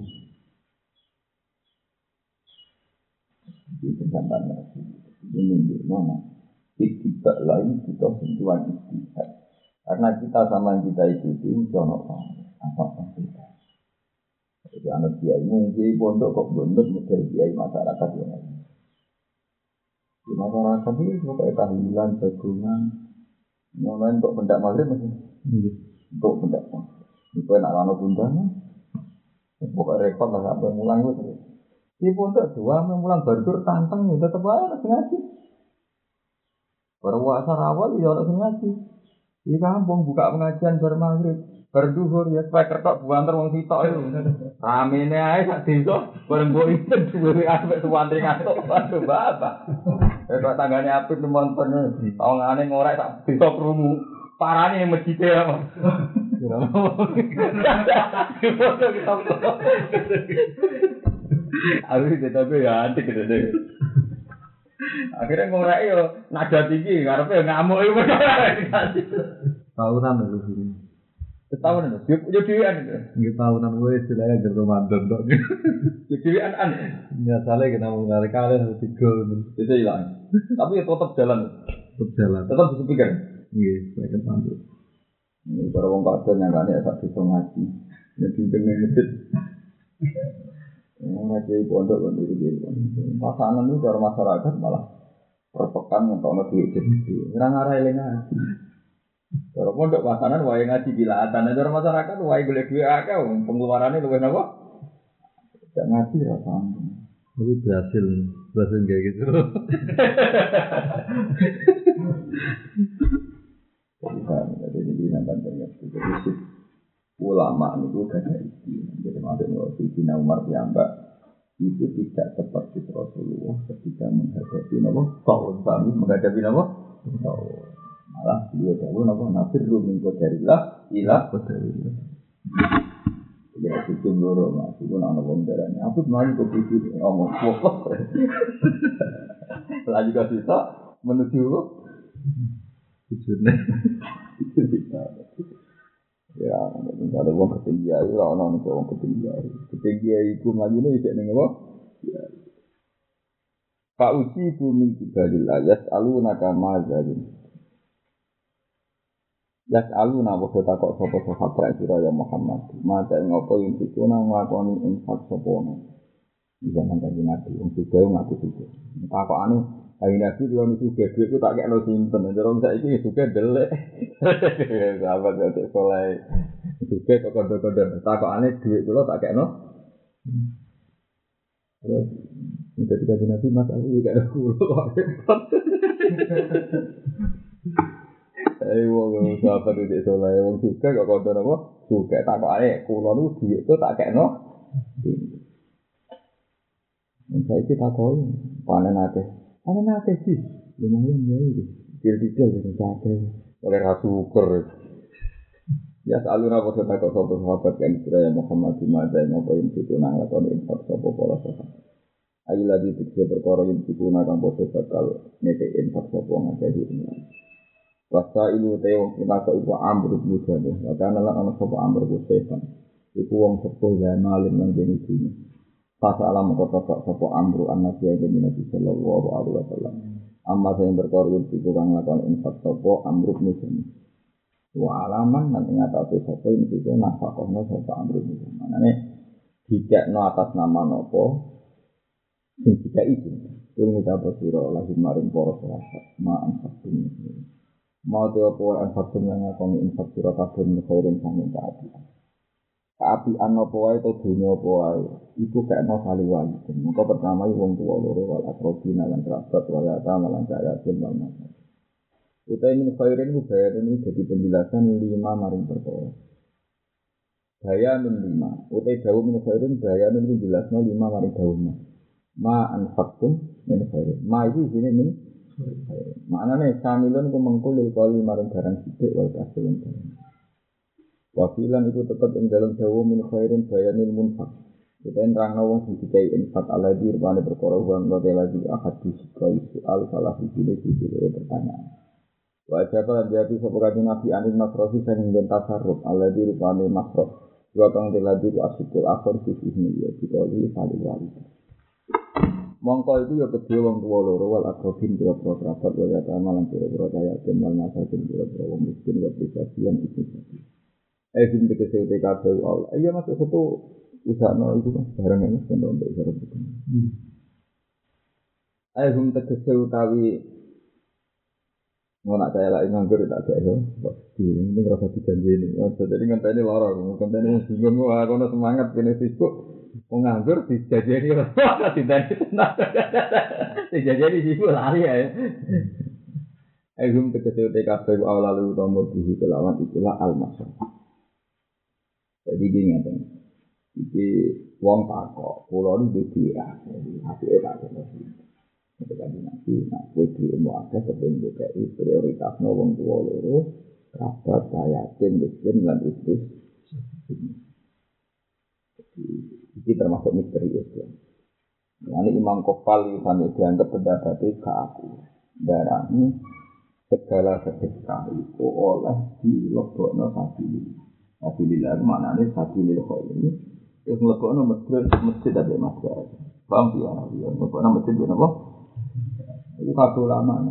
Itu gambarnya. Ini di mana? Tidak lain kita sentuhan istihad. Karena kita sama yang kita ikuti jono apa kita. Jadi anak kiai mungkin pondok kok bondok model kiai masyarakat yang lain. Di masyarakat ini pokoknya tahlilan, jagungan, mulai untuk pendak maghrib masih untuk pendak maghrib. Itu nak lano bundanya, pokoknya repot lah sampai mulang itu. Di pondok dua mulang berdur tantang itu tetap aja harus ngaji. Berpuasa awal ya harus ngaji. Di kampung buka pengajian bermaghrib, berduhur ya supaya kertok buantar wong sitok itu. Ramene ae sak desa, bareng mbok itu duwe aspek suwantri ngantuk. Waduh bapak. Kok tanggane apik nonton. Tongane ngorek sak desa krungu. Parane masjid e apa. Aku tapi ya antik gitu. Akhirnya ngorek yo nada tinggi karepe ngamuk iku. Tahunan lho sini. Setahun itu, yo dhewean itu. Nggih tahunan wis istilahnya ger Ramadan tok. Yo dhewean an. Biasane kita mau kali-kali harus tiga itu hilang. Tapi ya tetap jalan. Tetap jalan. Tetap disepikir. Nggih, saya kan pantau. Ini para wong kadon yang kane sak bisa ngaji. Jadi dengan masjid. Ngaji pondok pondok iki. Pasangan itu cara masyarakat malah perpekan ngentokno duit gede. Ora ngarah eling ngaji. Cara pondok pasangan wae ngaji bilatan, cara masyarakat wae golek duit akeh pengeluarane luwih napa? Tidak ngaji ra sambung. Tapi berhasil, berhasil kayak gitu. Jadi jadi nampak banyak jadi ulama itu gak ada isi. Jadi maksudnya Sayyidina Umar piyambak itu tidak seperti Rasulullah ketika menghadapi nama tahun kami menghadapi nama tahun malah beliau tahu nama nafir rumin kodarillah ilah kodarillah. Ya itu loro mas, itu anak pemberani. Aku malu ke pipi ngomong wah. Lagi kau bisa menuju tujuannya. Ya, ada orang ketinggian, orang orang orang ketinggian. Ketinggian itu majunya tidak dengan apa? Ya. Pak Uci bumi kibadil ayat alu nakama zalim. Yas alu nawa kota kok sopo sahabat Rasulullah Muhammad. Mata ngopo yang itu nang lakoni infak sopono. Di zaman kanjeng Nabi, wong juga ngaku juga. Takok ane kanjeng Nabi kalau niku gede itu tak kekno simpen. Terus saiki juga delek. Sahabat ya soleh. Juga kok kode-kode. Takok ane dhuwit kula tak kekno. Terus jadi kanjeng Nabi Mas aku juga ada kulo kok. Eh wong sahabat itu soleh wong juga kok kode apa? Juga takok ane kula niku dhuwit itu tak kekno. Saya kita tahu panen nate, panen nate sih lumayan ya itu, kira-kira gitu nate, oleh rasuker. Ya selalu napa kita kok sopo sahabat yang Israel Muhammad di Madinah napa yang itu nang lakon infak sopo pola sahabat. Ayo lagi tikse perkara yang itu nang poso bakal nete infak sopo ngake di ini. Wasa ilu teo kita kok ibu ambruk muda deh, karena lah anak sopo ambruk muda. Iku wong sepuh ya malim nang jenis ini. Pas alam kota-kota sopo amru anak yang jadi Nabi Sallallahu Alaihi Wasallam. Amma saya berkorban itu kurang lakukan infak sopo amru musim. Wa alaman nanti ngatasi sopo ini itu nafakohnya sopo amru musim. Mana nih jika no atas nama nopo, jika itu, itu kita bersiro lagi maring poros rasa ma infak ini. Mau teopo infak yang ngakoni infak siro kabin khairin samin keadilan. Keapian apa wae to dunya apa wae iku kena saliwali. Mengko pertama wong tuwa loro wal akrobina lan kerabat wal yata lan yatim lan mas. Utai min khairin ku bayaran iki dadi penjelasan lima maring perkara. Bayanun lima. Utai dawuh min khairin bayanun ku jelasno lima maring dawuh. Ma anfaqtum min khairin. Ma iki sine min khairin. Maknane samilun ku mengkulil kali maring barang sithik wal kasilun. Wafilan itu tetap yang dalam dawa min khairin bayanil munfaq. Kita nerang nawang dikai infat ala di rupane perkara wong ngote lagi akad disikoi soal salah siji iki pertanyaan. Wajah kan jadi sapa kanjeng Nabi anin makrofi sing nggen tasarruf ala di rupane makrof. Wa kang diladi ku asyikul akhir sisi ini ya dikoli saling wali. Mongko itu ya kedhe wong tuwa loro wal akrobin pira-pira kerabat wa ya malang pira-pira kaya temal masakin pira-pira wong miskin wa bisa bilang itu. Eh sing tegese T K B Allah. Iya masuk satu usaha itu kan barang ini kan untuk usaha itu. Eh sing tegese utawi ngono saya lagi nganggur tak ada itu. Ini ngerasa dijanjini. Jadi ngenteni lara, ngenteni bingung wae kono semangat kene sibuk. Wong nganggur dijanjini ora dijanjini tenan. Dijanjini sibuk lari ae. Eh sing tegese T K B Allah lalu utama dihi kelawan itulah al-masyarakat. Jadi gini ngeten. Iki wong takok, kula niku duwe akeh, apike tak kene. Ketika dinasti, nah, kue duwe mu akeh kepen D K I prioritasno wong tuwa loro, kerabat, yatim, miskin lan itu. Jadi iki termasuk misteri Islam. Ini Imam Kopal itu dianggap pendapatnya ke aku. Darahnya segala sedekah itu oleh dilebokno sabilillah. Sabilillah maknane sabilil khair ini. Terus lebokno masjid masjid ada masjid. Paham ya? Ya lebokno masjid napa? Itu kabeh ulama.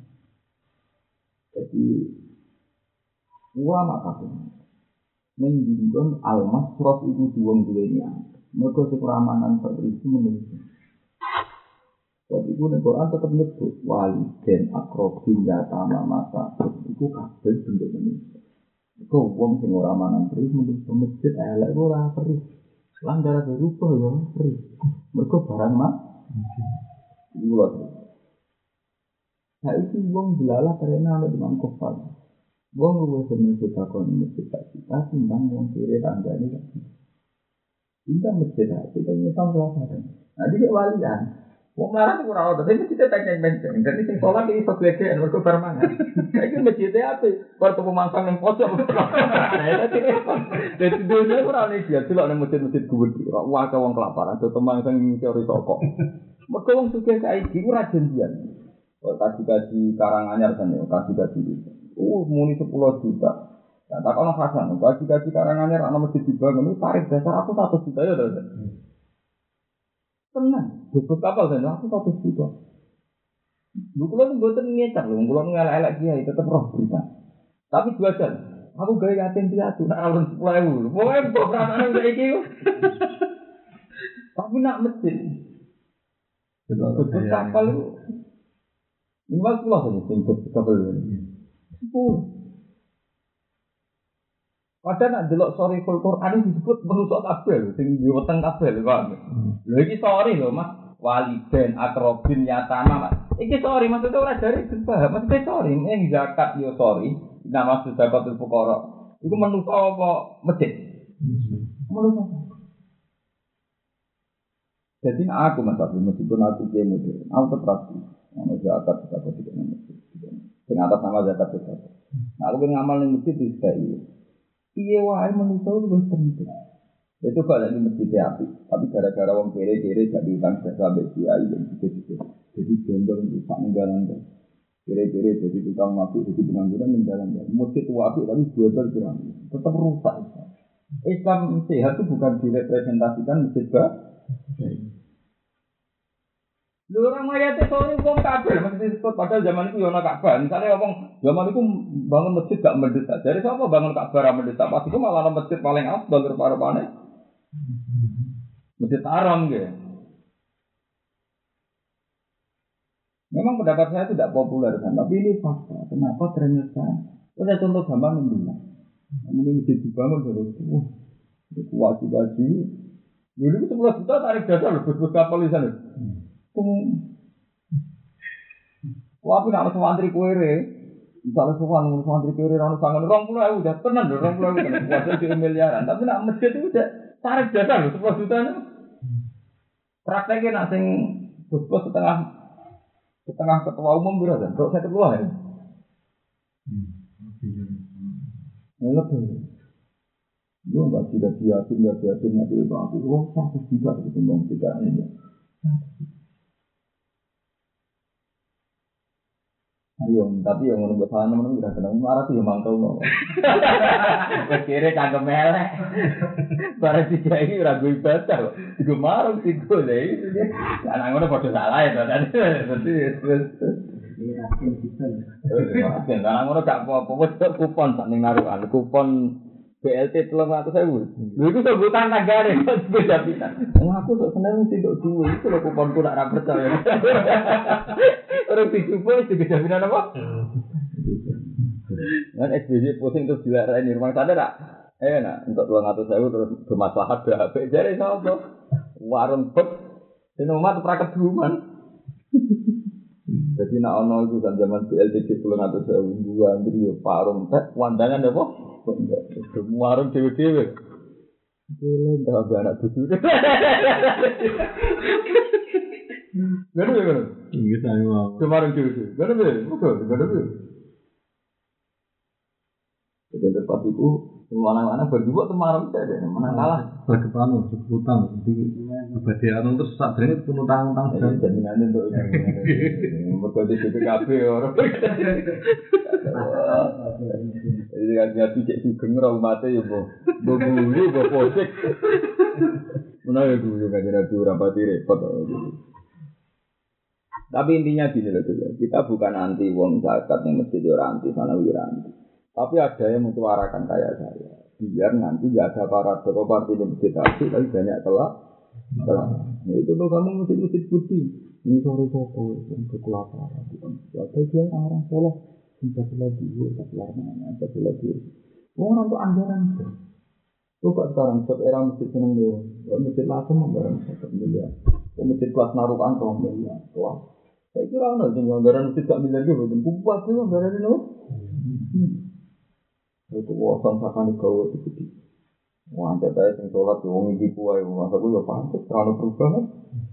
Jadi ulama kabeh mendinggon al-masraf itu wong duweni. Mergo sing ramanan seperti itu menunggu. Sebab itu nek Quran tetap nyebut waliden akrobin yatama masa itu kabeh bentuk manusia. Iku wong sing ora mangan terus mung masjid elek ora terus. Lan darah berubah ya terus. Mergo barang mah. Iku lho. Nah itu wong belalah karena ada Imam Kopal. Wong luwih seneng sedekah ning masjid kita timbang wong kire tanggane. Timbang masjid kita nyetang pelajaran. Nah iki walian. Wong marah ora ono, tapi kita tanya-tanya. Dadi sing salat iki iso glegekan mergo bar mangan. Iki masjid ape? Bar tuku mangsang ning pojok. Dadi dunia ora ono dia, delok ning masjid-masjid gede. Wah, wong kelaparan, do mangsang nyori toko. Mergo wong sugih saiki ora janjian. Oh, kaji-kaji Karanganyar kan ya, kaji-kaji itu. Oh, muni sepuluh juta. Nah, tak ono rasan, kaji-kaji Karanganyar ana masjid dibangun itu tarif dasar aku satu juta ya, Dok. Tenang, bubut kapal kan aku satu juta. Lu kula mboten ngecak lho, kula ngelak-elak kiai tetep roh berita. Tapi dua jam. Aku gawe yatim piatu nak alun sepuluh ribu. Pokoke mbok rasane saiki. Tapi nak masjid. Bubut kapal itu lima puluh saja singkut kabel ini. Sepuluh. Padahal nak delok sorry Quran disebut menusuk kabel, sing diweteng kabel kok. Lho iki sorry lho Mas, waliden akrobin yatama Mas. Iki sorry maksudnya ora dari paham, maksudnya sorry ning zakat yo sorry, nama zakatul fuqara. Iku menusuk apa masjid? Menusuk. Jadi aku Mas Abdul meskipun aku kiai modern, aku tetap ana zakat zakat tidak masjid. Sing atas nama zakat zakat. Nah, aku pengen ngamal ning masjid iki. Piye wae manusa wis penting. Itu kok lagi masjid api, tapi gara-gara wong kere-kere gak diutang jasa mbek kiai gitu. Jadi gendong rusak ninggalan. Kere-kere jadi tukang mabuk jadi pengangguran ninggalan. Masjid tua api tapi jual kira tetap rusak. Islam sehat itu bukan direpresentasikan masjid ba. Lho orang mayate sore wong kabeh mesti disebut padahal zaman itu yo ana Ka'bah. Misale wong zaman itu bangun masjid gak mendesak. Jadi sapa bangun Ka'bah ra mendesak? Pas itu malah ana masjid paling afdal rupa-rupane. Masjid Haram nggih. Memang pendapat saya tidak populer kan, tapi ini fakta. Kenapa ternyata ada contoh gambar membelah. Mungkin masjid dibangun terus. Wah, kuat gaji. Dulu itu sepuluh juta tarik dasar lho bus-bus kapal di sana. Wah, aku nak masuk antri kuere, misalnya soal ngurus antri kuere, orang sangat orang pulau aku udah tenang, orang pulau aku kan kuasa di miliaran, tapi nak masjid itu udah tarik dasar loh, sepuluh juta itu. Prakteknya nak sing bos-bos setengah setengah ketua umum berapa? Kalau saya ketua ya, lebih. Yo enggak tidak biasa, enggak biasa nanti itu aku oh satu juta itu ngomong tidak ini. Ayo, tapi yang menurut saya teman-teman udah kenal marah tuh yang mangkal mau. Kira cangkem melek. Barang tiga ini ragu ibadah, juga marah sih gue deh. Anak gue udah bodoh salah ya, tadi. Jadi, iya, kita. Anak gue gak apa-apa, kupon tak naruhan, kupon B L T telung ratus ribu. Lu itu sebutan negara, kok beda bisa. Aku sok seneng tidak dua itu lo kuponku nak rapet saya. Orang dicoba itu jaminan apa? Kan S B Y pusing terus dilarai di rumah sana tak? Eh nak untuk telung ratus ribu terus bermaslahat B H P jadi apa? Warung pet, ini umat perakat duluan. Jadi nak ono itu kan zaman B L T telung ratus ribu bulan diri parung pet, wandangan apa? Semua orang dewe-dewe. Boleh enggak ada anak cucu. Gak ada gak? Iya saya mau. Semua orang dewe-dewe. Gak ada betul, gak ada. Jadi tempat itu semua anak-anak berjuang temarang saja, mana kalah. Lagi panu, hutang, jadi abadian terus saat ini pun utang-utang. Jaminan untuk ini. Berkode B P K B orang. Jadi kan nyati cek sugeng ra umate ya mbok. Mbok guru, mbok posik. Menawa guru kan jadi ora pati repot. Tapi intinya gini loh guys, kita bukan anti wong zakat yang mesti ora anti sana wiranti. Tapi ada yang menyuarakan kayak saya. Biar nanti enggak ada para tokoh partai yang masjid tapi banyak kelak. Kelak. Nah, itu loh kamu mesti-mesti putih. Ini sore sopo yang kekelaparan. Ada dia orang soleh. Tidak lagi, tidak lagi, tidak lagi. Orang tuh anggaran. Coba sekarang setiap era masjid seneng dia. Kalau masjid langsung anggaran satu miliar. Kalau masjid kelas naruhan dua miliar. Wah, saya kira orang tinggal anggaran masjid tak miliar juga. Kupas itu anggaran itu. Itu wawasan sakan di kau itu gede. Wah, ada saya yang sholat di wong ibu kuai. Masa gue ya pantas terlalu perubahan.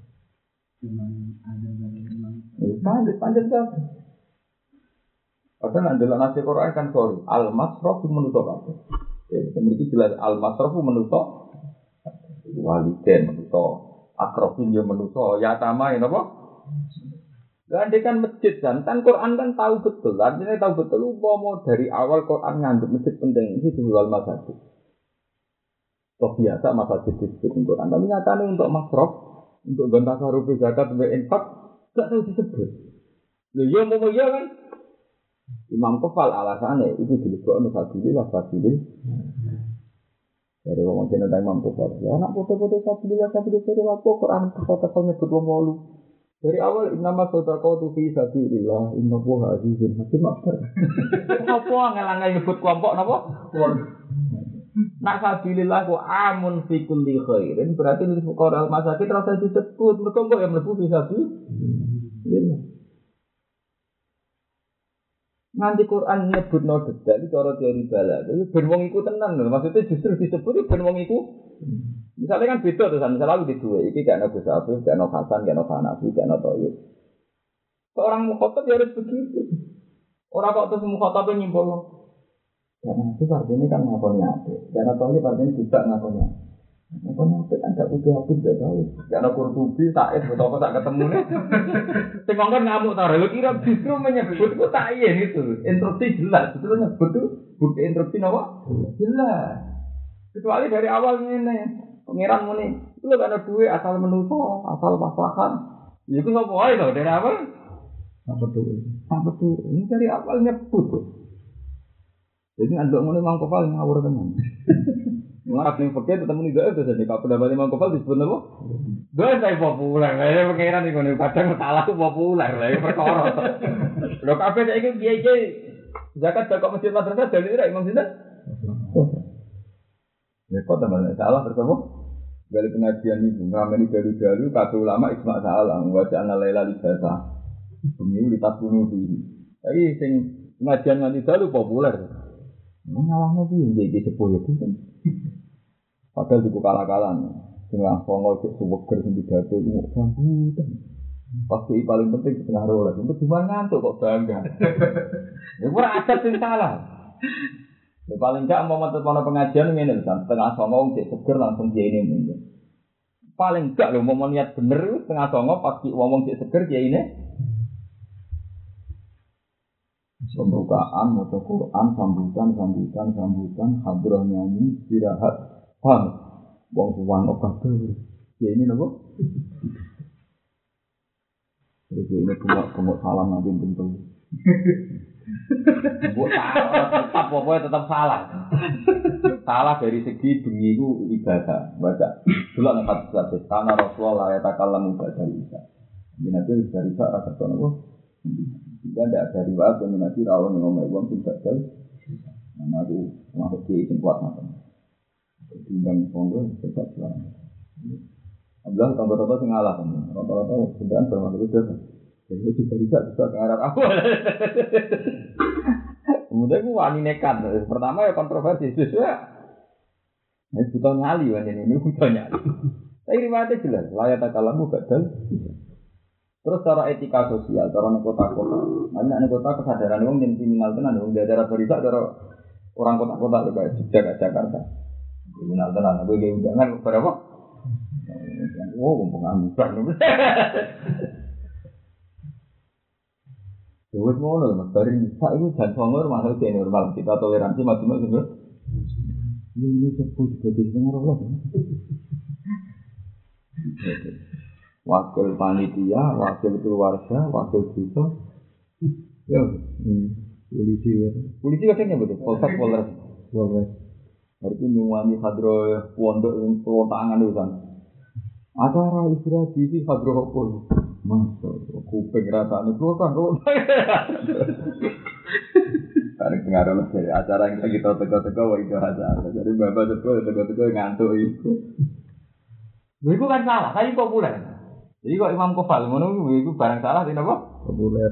Pantas, pantas kan. Padahal dalam nasi Quran kan sorry, al-masraf menutup apa? Ya, memiliki jelas al-masraf menutup waliden menutup akrofin yang menutup ya tamain apa? Gantikan masjid kan, kan Quran kan tahu betul, artinya tahu betul. Umpama dari awal Quran nganggap masjid penting ini jual masjid. Toh biasa masjid disebut Quran, tapi nyatanya untuk masraf, untuk ganti tasarruf zakat, untuk infak, gak tahu disebut. Ya mau ya kan? Imam Kefal alasannya itu dilebokno sabilillah sabilillah. Dari wong jeneng Imam Kefal. Ya anak foto-foto sabilillah sabilillah apa Quran kata-kata nyebut wong wolu. Dari awal innama sadaqatu fi sabilillah innahu azizun hakim akbar. Apa ngelangai nyebut kelompok napa? Nak sabilillah ku amun fi kulli khairin berarti lil fuqara masakin rasa disebut mergo kok yang mlebu fi sabilillah. Nanti Quran nyebut no detail itu cara teori balaghah. Itu ben wong iku tenan lho. Maksudnya justru disebut ben wong iku. Misalnya kan beda tuh, misalnya aku di dua, iki gak ada Gus Afif, gak ada Hasan, gak ada Hanafi, gak ada Toyib. Seorang mukhatab ya harus begitu. Orang kok terus mukhatabnya nyimpul. Karena itu artinya kan ngakoni apa? Karena Toyib artinya tidak ngakoni apa? Ngakoni apa kan gak butuh apa gak tahu. Gak ada Qurtubi, Said, betul apa tak ketemu nih. Tengok kan ngamuk taruh, lu kira justru menyebut itu tak iya itu. Instruksi jelas, itu nyebut itu bukti instruksi apa? Jelas. Kecuali dari awal ini. Pengiran muni, itu lo gak ada duit asal menuso, asal maslahan. Ya itu apa aja loh dari awal. Apa tuh? Apa tuh? Ini dari awal nyebut. Jadi andok muni Mang Kofal ngawur teman. Ngarap ning fakir ketemu ning daerah terus nek pendapat Mang Kofal disebut apa? Gue saya populer, saya pengiran iku nek kadang salah tuh populer lah ya perkara. Lho kabeh saiki piye-piye zakat zakot masjid madrasah dalil ra Imam Sinten? Ya kok teman salah bersama? Dari pengajian itu, ngameni dalu-dalu, kata ulama ijma' salah, wajahna laila libasa. Pemilu di tas bunuh diri. Tapi sing pengajian nganti dalu populer. Ngalahnya sih, jadi sepuh ya kan. Padahal di kalah-kalan. Tengah pongol cek suweger sing pidato itu sambutan. Pasti paling penting setengah rolas. Untuk cuma ngantuk kok bangga. Ya ora adat sing salah. Ya, paling enggak mau metu ana pengajian ngene kan, setengah songo wong cek seger langsung kiai ini mungkin. Paling enggak lho mau niat bener itu setengah songo pas wong cek seger kiai ini. Pembukaan, maca Quran, sambutan, sambutan, sambutan, hadrah nyanyi, istirahat, paham? Wong tuan kabeh. Kiai ini nopo? Terus ini bengok-bengok salam nanti bentuk. Buat salah, tetap pokoknya tetap salah. Salah dari segi bengi itu ibadah. Baca dulu nek hadis karena Rasulullah ya takallamu baca isa. Ini nanti dari sak rasa tono. Jika tidak ada riwayat yang nanti rawon yang ngomong uang tidak jauh. Nah itu masuk di sing kuat macam. Timbang pondok tetap jalan. Abdullah tambah-tambah sing ngalah kan. Rata-rata sedang bermakna itu. Jadi juga bisa juga ke arah aku. Kemudian aku wani nekat. Pertama ya kontroversi sesuai. Ini butuh nyali kan ini, ini butuh nyali. Tapi riwayatnya jelas. Layak takalamu badal. Terus cara etika sosial, cara nek kota-kota. Nanti nek kota kesadaran wong yen kriminal tenan wong daerah berita cara orang kota-kota kayak Jogja, Jakarta. Kriminal tenan, kowe ge undangan berapa? Oh, pengangguran. Wes ngono Mas, dari sak iku jan songo masuk ke normal. Kita toleransi maksimal sebenarnya. Ini sebut sebagai dengar Allah. Wakil panitia, wakil keluarga, wakil desa. Ya, polisi ya. Polisi katanya betul, polsek polres. Polres. Hari ini nyuwani hadro pondok yang pelontangan itu kan. Acara istirahat di hadro pondok. Masa, kuping rasanya pelotan, pelotan. Karena pengaruh lah dari acara yang kita tega-tega, wah itu acara. Jadi bapak tega, tega-tega ngantuk itu. Itu kan salah, tapi populer. Jadi kok Imam Kofal ngono itu barang salah tidak apa? Populer.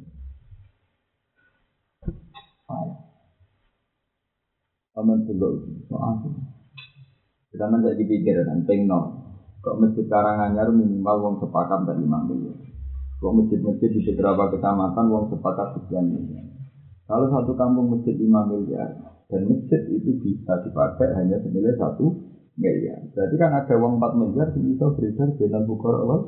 Aman dulu soal. Kita menjadi pikir dan tengok. Kok masjid Karanganyar minimal wong sepakat dari lima miliar. Kok masjid-masjid di beberapa kecamatan wong sepakat sekian miliar. Kalau satu kampung masjid lima miliar dan masjid itu bisa dipakai hanya senilai satu miliar. Berarti kan ada uang empat miliar yang bisa beredar dengan bukor awal.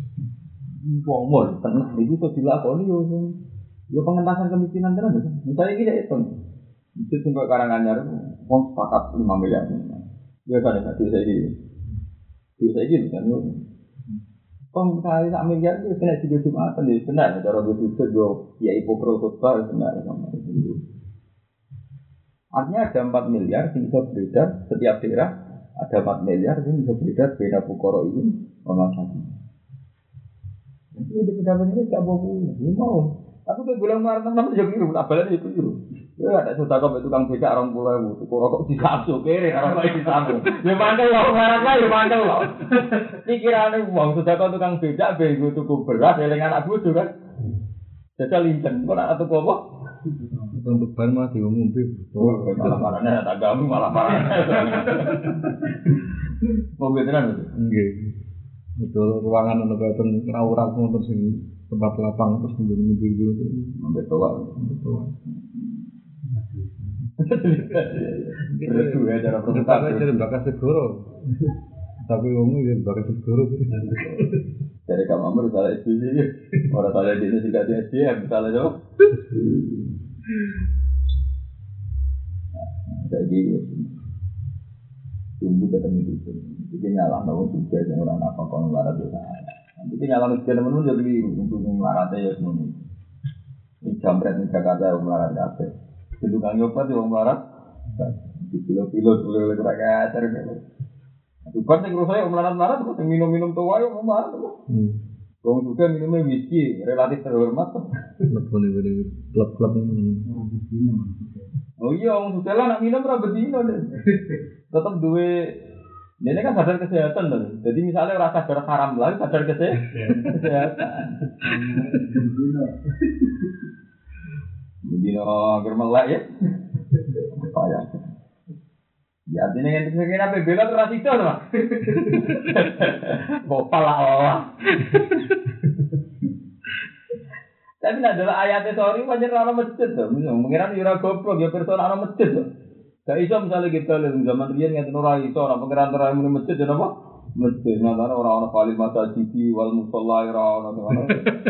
Wong tenang itu tuh dilakoni yo. Yo pengentasan kemiskinan tenan lho. Misalnya kita hitung. Masjid sing kok Karanganyar wong sepakat lima miliar. Ya kan ya bisa iki. Bisa iki kan yo. Pong kali sak miliar itu kena tiga Jumatan ya benar cara itu yo ya ipo protokol benar sama itu. Artinya ada empat miliar yang bisa beredar setiap daerah, ada empat miliar yang bisa beredar beda pukoro ini pemasangan. Jadi di pejabat ini tidak boleh, ini mau. Aku tuh bilang marah teman jadi biru, abalan itu biru. Ya ada sudah kau tukang becak orang pulau itu, kalau kok disambung kiri, orang lain disambung. Ya mandel loh, marah lah, ya mandel loh. Pikirannya uang sudah kau tukang becak, bego tuku beras, eling anak bucu kan. Jajal lincen, kau nak tuku apa? Untuk ban mah diumumkan. Oh, malah marahnya tak gamu, malah marahnya. Mau beneran itu? Enggak. Betul ruangan untuk kayak rawuran terus ini tempat lapang terus menjadi mobil itu. Sampai tua, sampai tua. Betul ya cara pertama jadi bakas segoro. Tapi ngomong jadi bakas segoro. Dari kamu salah S D M, orang salah di sini juga di S D M, salah jawab. Jadi tunggu ketemu itu. Jadi nyala tahu juga yang orang apa kalau melarat itu salah. Nanti nyala juga teman-teman jadi untuk melaratnya ya semua. Ini jambret di Jakarta yang melarat apa? Itu kan nyoba yang melarat. Di pilot-pilot boleh kurang ajar gitu. Bukan yang saya melarat-melarat, bukan minum-minum tua yang melarat. Kalau juga minumnya whisky relatif terhormat. Klub ini klub-klub ini. Oh iya, orang sudah lah nak minum berapa dino deh. Tetap dua. Ini kan sadar kesehatan loh. Jadi misalnya rasa darah haram lagi sadar kesehatan. Dino agar melek ya. Payah. Ya artinya yang dikira apa bela terus itu loh. Bopal Allah. Tapi nak adalah ayatnya sorry wajar orang masjid tuh. Mengira ni orang goblok dia persona orang masjid tuh. Gak iso misalnya kita lihat zaman riyen ngeten ora iso ora pengiran ora muni masjid ya apa? Masjid nyatane ora ana kali mata siji wal musalla ora ana ngono.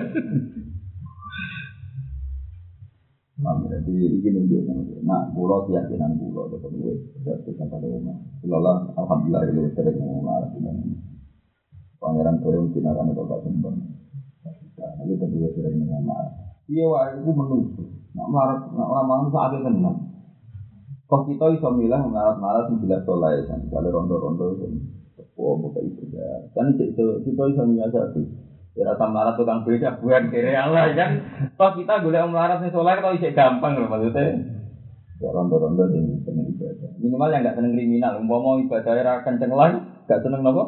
Nah, jadi ini nunjukkan. Nah, pulau keyakinan pulau tetap gue jatuh sampai rumah. Pulau alhamdulillah itu sering mengarah dengan pangeran Korea mungkin akan ada obat sembang. Tapi tetap gue sering mengarah. Iya, wah itu menunggu. Nak marah, nak orang malam saat itu tenang. Kok kita bisa milah melarat-melarat sembilan soleh kan? Kalau rondo-rondo itu, oh bukan itu ya. Kan itu kita bisa milah satu. Ya rasa melarat tukang beca bukan kiri Allah kan. Toh kita golek melarat ning soleh kok isih gampang lho maksudnya. Ya rondo-rondo sing seneng ibadah. Minimal yang enggak seneng kriminal, umpama ibadahnya ra kenceng lah, enggak seneng napa?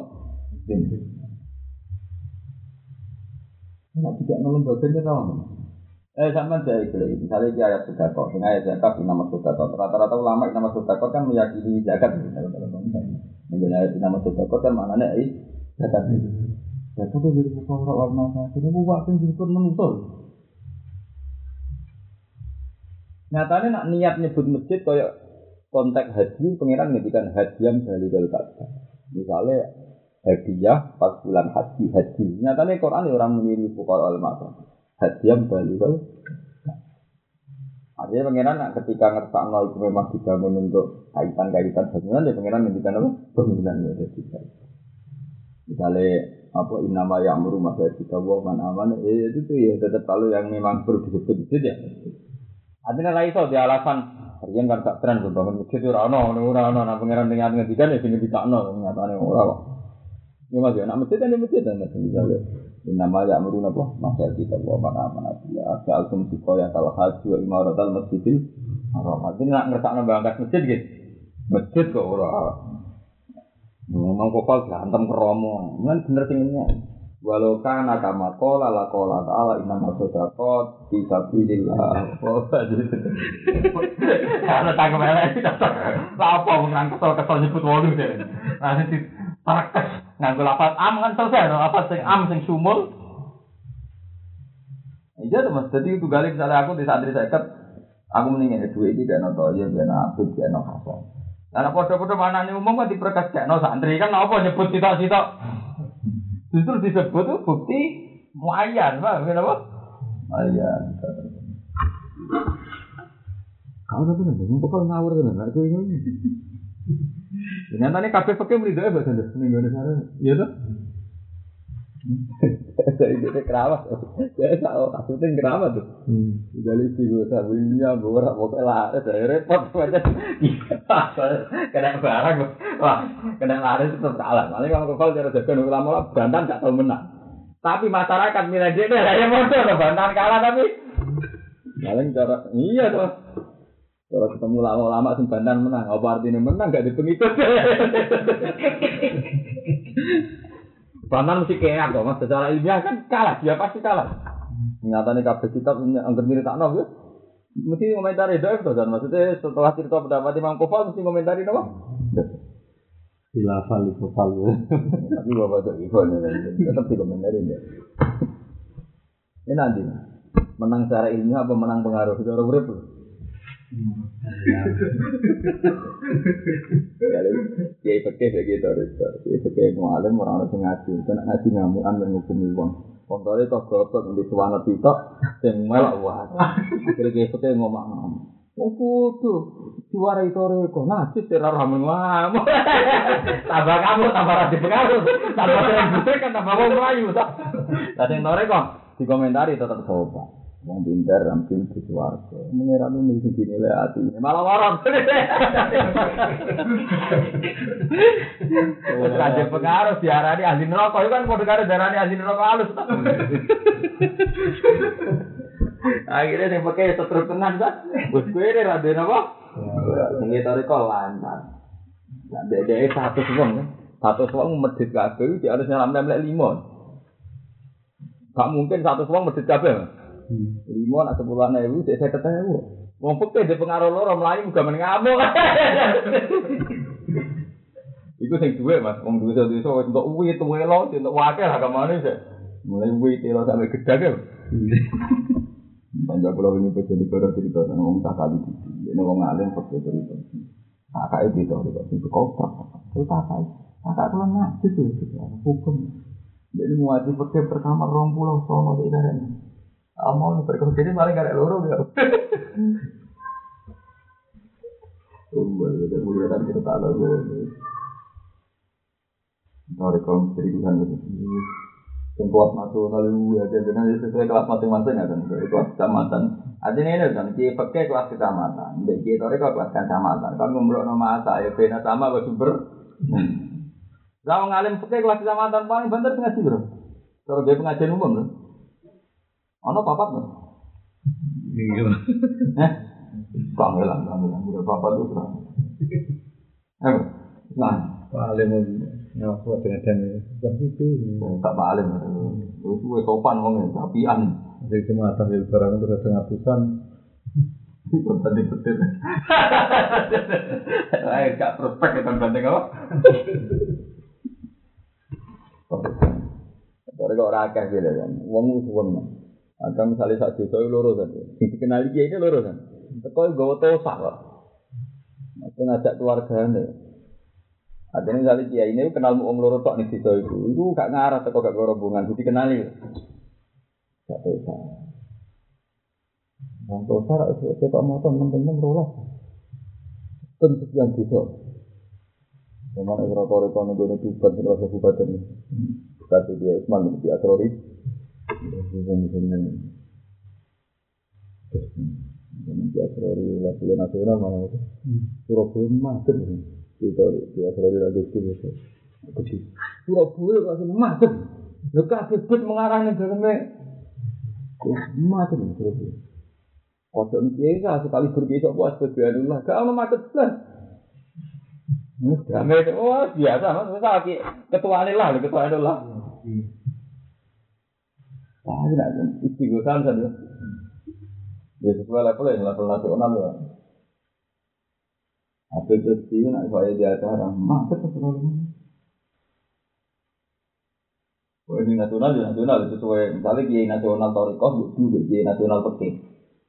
Nah, tidak nolong bagiannya tau. Eh sama saya itu, misalnya di ayat sedekah, sing ayat zakat di nama sedekah. Rata-rata ulama di nama sedekah kan meyakini zakat. Mengenai ayat di nama sedekah kan maknanya eh zakat itu. Zakat itu dari orang warna satu. Ini buat yang disebut menusul. Nyatanya nak niat nyebut masjid kayak konteks haji, pengiran ngedikan hadiam dari Ka'bah. Misalnya hadiah pas bulan haji haji. Nyatanya Quran orang mengirim fuqara al-Makkah. Hadiam bali itu. Artinya pengiran ketika ngersakno itu memang dibangun untuk kaitan-kaitan bangunan, ya pengiran ngendikan apa? Bangunan ya jadi. Misalnya apa innama ya'muru masajid Allah man amana, eh itu tuh ya tetap kalau yang memang perlu disebut itu ya. Artinya ra iso di alasan riyen kan gak tren bangun masjid ora ono, ora ono nang pengiran dengan ngendikan ya sing ditakno nyatane ora kok. Ya Mas ya, nak masjid kan masjid kan misalnya. Nama ya meruna apa? Masa kita bawa mana-mana dia. Asal sumsiko yang salah haji wa imaratal masjidil haram. Artinya nak ngerasa bangkat masjid gitu. Masjid kok orang. Memang kopal berantem keromo. Kan bener tingginya. Walau kana kama kola la kola ta'ala inna masudakot fisabilillah. Karena tanggung elek sih dasar. Apa menang kesel-kesel nyebut waduh deh. Nanti tarakes nganggo lafaz am kan selesai no lafaz sing am sing sumul. Iya to Mas, dadi itu kali misalnya aku di santri seket aku mendingin duwe iki kan to ya ben apik ben apa. Lah padha-padha manane umum kan diperkasno santri kan apa nyebut sitok-sitok. Justru disebut itu bukti muayyan, Pak, kenapa? Muayyan. Kau tuh bener, kok ngawur tenan, nek ini. Ternyata nih kafe pakai meridoy bahasa Indonesia, iya tuh. Saya itu keramat, saya tahu kasusnya keramat tuh. Jadi sih gue tahu ini ya, gue orang mau kelar, saya repot macam, kena barang, wah, kena lari itu salah. Malah kalau kau cara jaga nunggu lama, Bantan tak tahu menang. Tapi masyarakat milih dia, saya bodoh, Bantan kalah tapi, paling cara, iya tuh. Kalau ketemu lama-lama sing Bantan menang, apa artinya menang gak dipengikut. Bantan mesti kayak kok, Mas. Secara ilmiah kan kalah, dia pasti kalah. Nyatane kabeh kitab anggere nyritakno ya. Mesti komentari itu to, dan maksudnya setelah cerita pendapat Imam Kofal mesti komentari apa? Khilafal itu fal. Tapi bapak itu ikon tetap dikomentari ya. Ini nanti menang secara ilmiah apa menang pengaruh secara urip? Ya itu kayak begitu, itu kayak mualim orang-orang yang ngaji, kena ngaji ngamuan dan ngukumi uang. Kontrolnya kok goblok di suwana titok, yang melak wah. Akhirnya kayak itu ngomong, oh kudu suara itu reko, najis teror ramen ngamuk. Tambah kamu tambah rasi pengaruh, tambah sering butek kan tambah mau melayu. Tapi yang reko dikomentari tetap sopan. Wong pinter ramping di swarga. Mengira nu mesti dinilai ati. Malah waran. Wes aja pengaruh diarani ahli neraka, itu kan padha karo diarani ahli neraka halus. Akhirnya sing pakai setruk tenan ta. Wes kowe ra ndek napa? Sing ngetore kok lancar. Lah dhek satu wong, satu wong medhit kabeh iki harus nyalam lek lima. Gak mungkin satu wong medhit kabeh. Lima nak sepuluh ewu, saya ketemu. Wong putih di pengaruh loro melayu juga mengamuk. Iku sing duwe Mas, wong duwe duwe sok untuk uwi itu welo, untuk wakil lah kemana sih? Mulai uwi telo sampai gedhe kan. Panjang pulau ini bisa dibaca cerita tentang wong tak kali itu. Ini wong alim pakai cerita. Kakak itu kok itu kotak. Itu kakak. Kakak kula najis itu hukum. Jadi muwajib pakai pertama rong pulau sono di daerah ini. Amal berkau jadi paling gak ada loro ya. Tunggu aja mulai dari kita tahu dulu. Dari kaum istri Tuhan itu. Kelas nasional itu ya jadi sesuai kelas masing-masing ya kan. Kelas kecamatan. Artinya ini kan kita pakai kelas kecamatan. Jadi kita kelas kecamatan. Kan ngomong nama asa ya beda sama bersumber. Kalau ngalim pakai kelas kecamatan paling banter ngaji bro. Kalau dia pengajian umum loh. Ono papat bro. Iya. Eh, kamelan kamelan udah papat tuh bro. Eh, nah, paling mau ngaku dengan dan itu. Tak paling. Itu sopan ngomongnya, tapian. Jadi semata dari barang itu ada ngatusan. Itu tadi betul. Ayo gak prospek kita banding apa? Kalau kau rakyat gitu kan, uang uang kan. Ada misalnya satu juta loro kan, dikenali dia ini loro kan. Kau gawa tosak kok. Mesti ngajak keluarganya. Ada misalnya dia ini kenal uang loro tok nih juta itu, itu gak ngarah teko gak rombongan, jadi kenali. Gak tosak. Uang tosak, saya tak mau temen temen rolas. Tentu yang juta. Memang ekor ekor nego nego bukan terasa bukan ini. Kasih dia Usman di Atrori. Misalnya, di Atrori level nasional mana itu? Surabaya macet itu di Atrori lagi itu. Kecil. Surabaya kasih macet. Lekas sebut mengarahnya dalamnya. Macet Surabaya. Kodok ini sekali berbisa buat sebenarnya. Kalau macet lah. Kami itu oh biasa, maksudnya ketua ini lah, ketua ini lah. Ah, tidak ada istiqosan saja. Ya sesuai level yang level nasional ya. Apa itu sih nak saya di acara macet sebenarnya. Oh ini nasional ya nasional sesuai misalnya kiai nasional Torikoh, bukan kiai nasional Pekeh.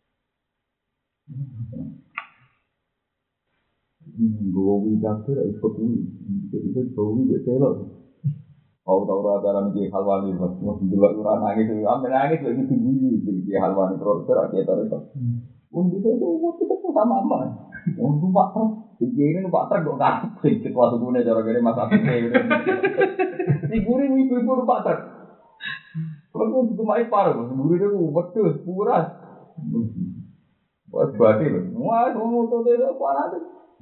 Gowi dasar ikut ini, jadi itu gowi betelok. Kau tahu rata-rata ni halwani, masih dua orang nangis, ambil nangis lagi tinggi, jadi halwani terus terakhir terus. Untuk itu waktu itu sama apa? Untuk pak ter, jadi ini pak ter kok tak sedikit waktu punya cara gini masa kecil. Figuri ibu-ibu pak ter. Kalau itu main paruh, figuri itu betul puras. Wah berarti loh, wah semua tu dia parah tu.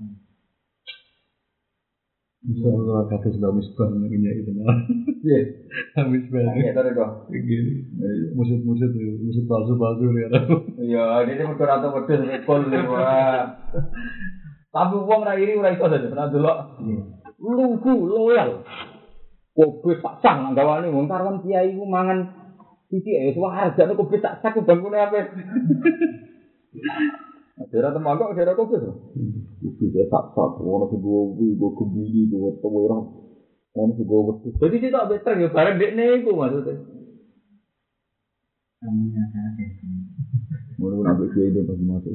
Misalnya kata sudah misbah ini itu nah, ya, misbah. Ya tadi kok, begini, musuh-musuh tu, musuh palsu-palsu ni ada. Iya, dia ni berkata betul betul wah. Tapi uang rai ini rai kau saja, pernah dulu. Lugu loyal, kopi tak sang, gawan ni mungkarwan kiai ku mangan titi eh, suara harga ni kopi tak sang, bangun apa? Daerah tembakau, daerah kopi tu. Kopi dia tak sak, orang sebuah kopi, dua kebili, dua tawerang, orang sebuah kopi. Jadi dia tak betul ya, barang dek ni aku maksudnya. Namanya ada. Mula nak berjaya dia pasti masuk.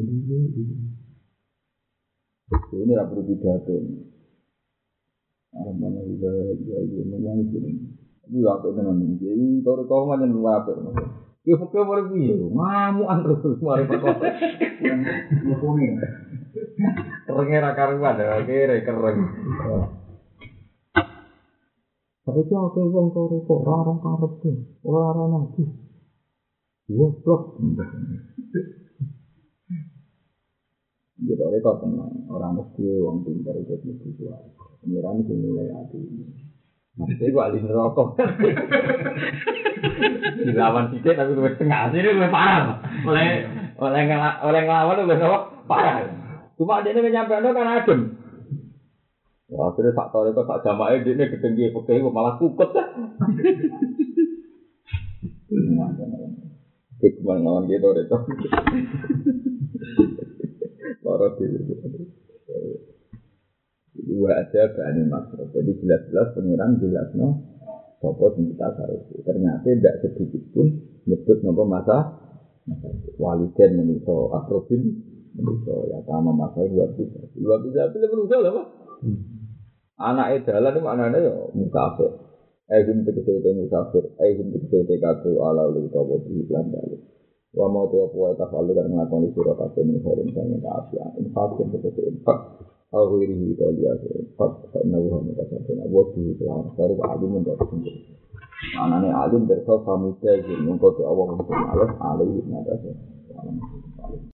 Ini tak perlu pidato. Mana juga ya ya memang itu. Ini apa itu namanya? Jadi kalau kau macam apa? Yo fakir baru biar, ngamuan terus mari pakok. Ngomongin. Kerengnya rakaruan, akhirnya kereng. Tapi itu aku uang kau kok orang karep tu, orang nanti. Dua blok. Jadi orang kau tenang, orang mesti uang pintar itu mesti kuat. Pengiran itu nilai hati. Nanti gua alih rokok. Dilawan sikit tapi gue setengah sini gue parah. Oleh oleh oleh ngelawan gue apa? Parah. Cuma dia ni nyampe anda kan adem. Wah, akhirnya tak tahu itu tak jamaah dia ni ketinggi pakai gue malah kukut lah. Kekuatan lawan dia tu itu. Parah dia. Dua aja berani maksud. Jadi jelas-jelas pengiran jelas no. Sopo sing kita harus. Ternyata tidak sedikit pun nyebut nopo masa waliden menurut Akrobin Manusia ya sama masa dua bisa. Dua bisa pilih manusia lah Pak. Anak edalan itu maknanya ya musafir. Aizin tegese musafir, aizin tegese katu ala lu tawo di lan dalem. Wa mau te apa ta falu kan nglakoni sira kabeh ning horen sing kaafian. Infak sing tegese infak. Aku iri itu dia infak ana wa mau ta sana wa di lan karo alim ndak sendiri. Anane alim berso pamuja sing mengko te Allah mung alih alih nada.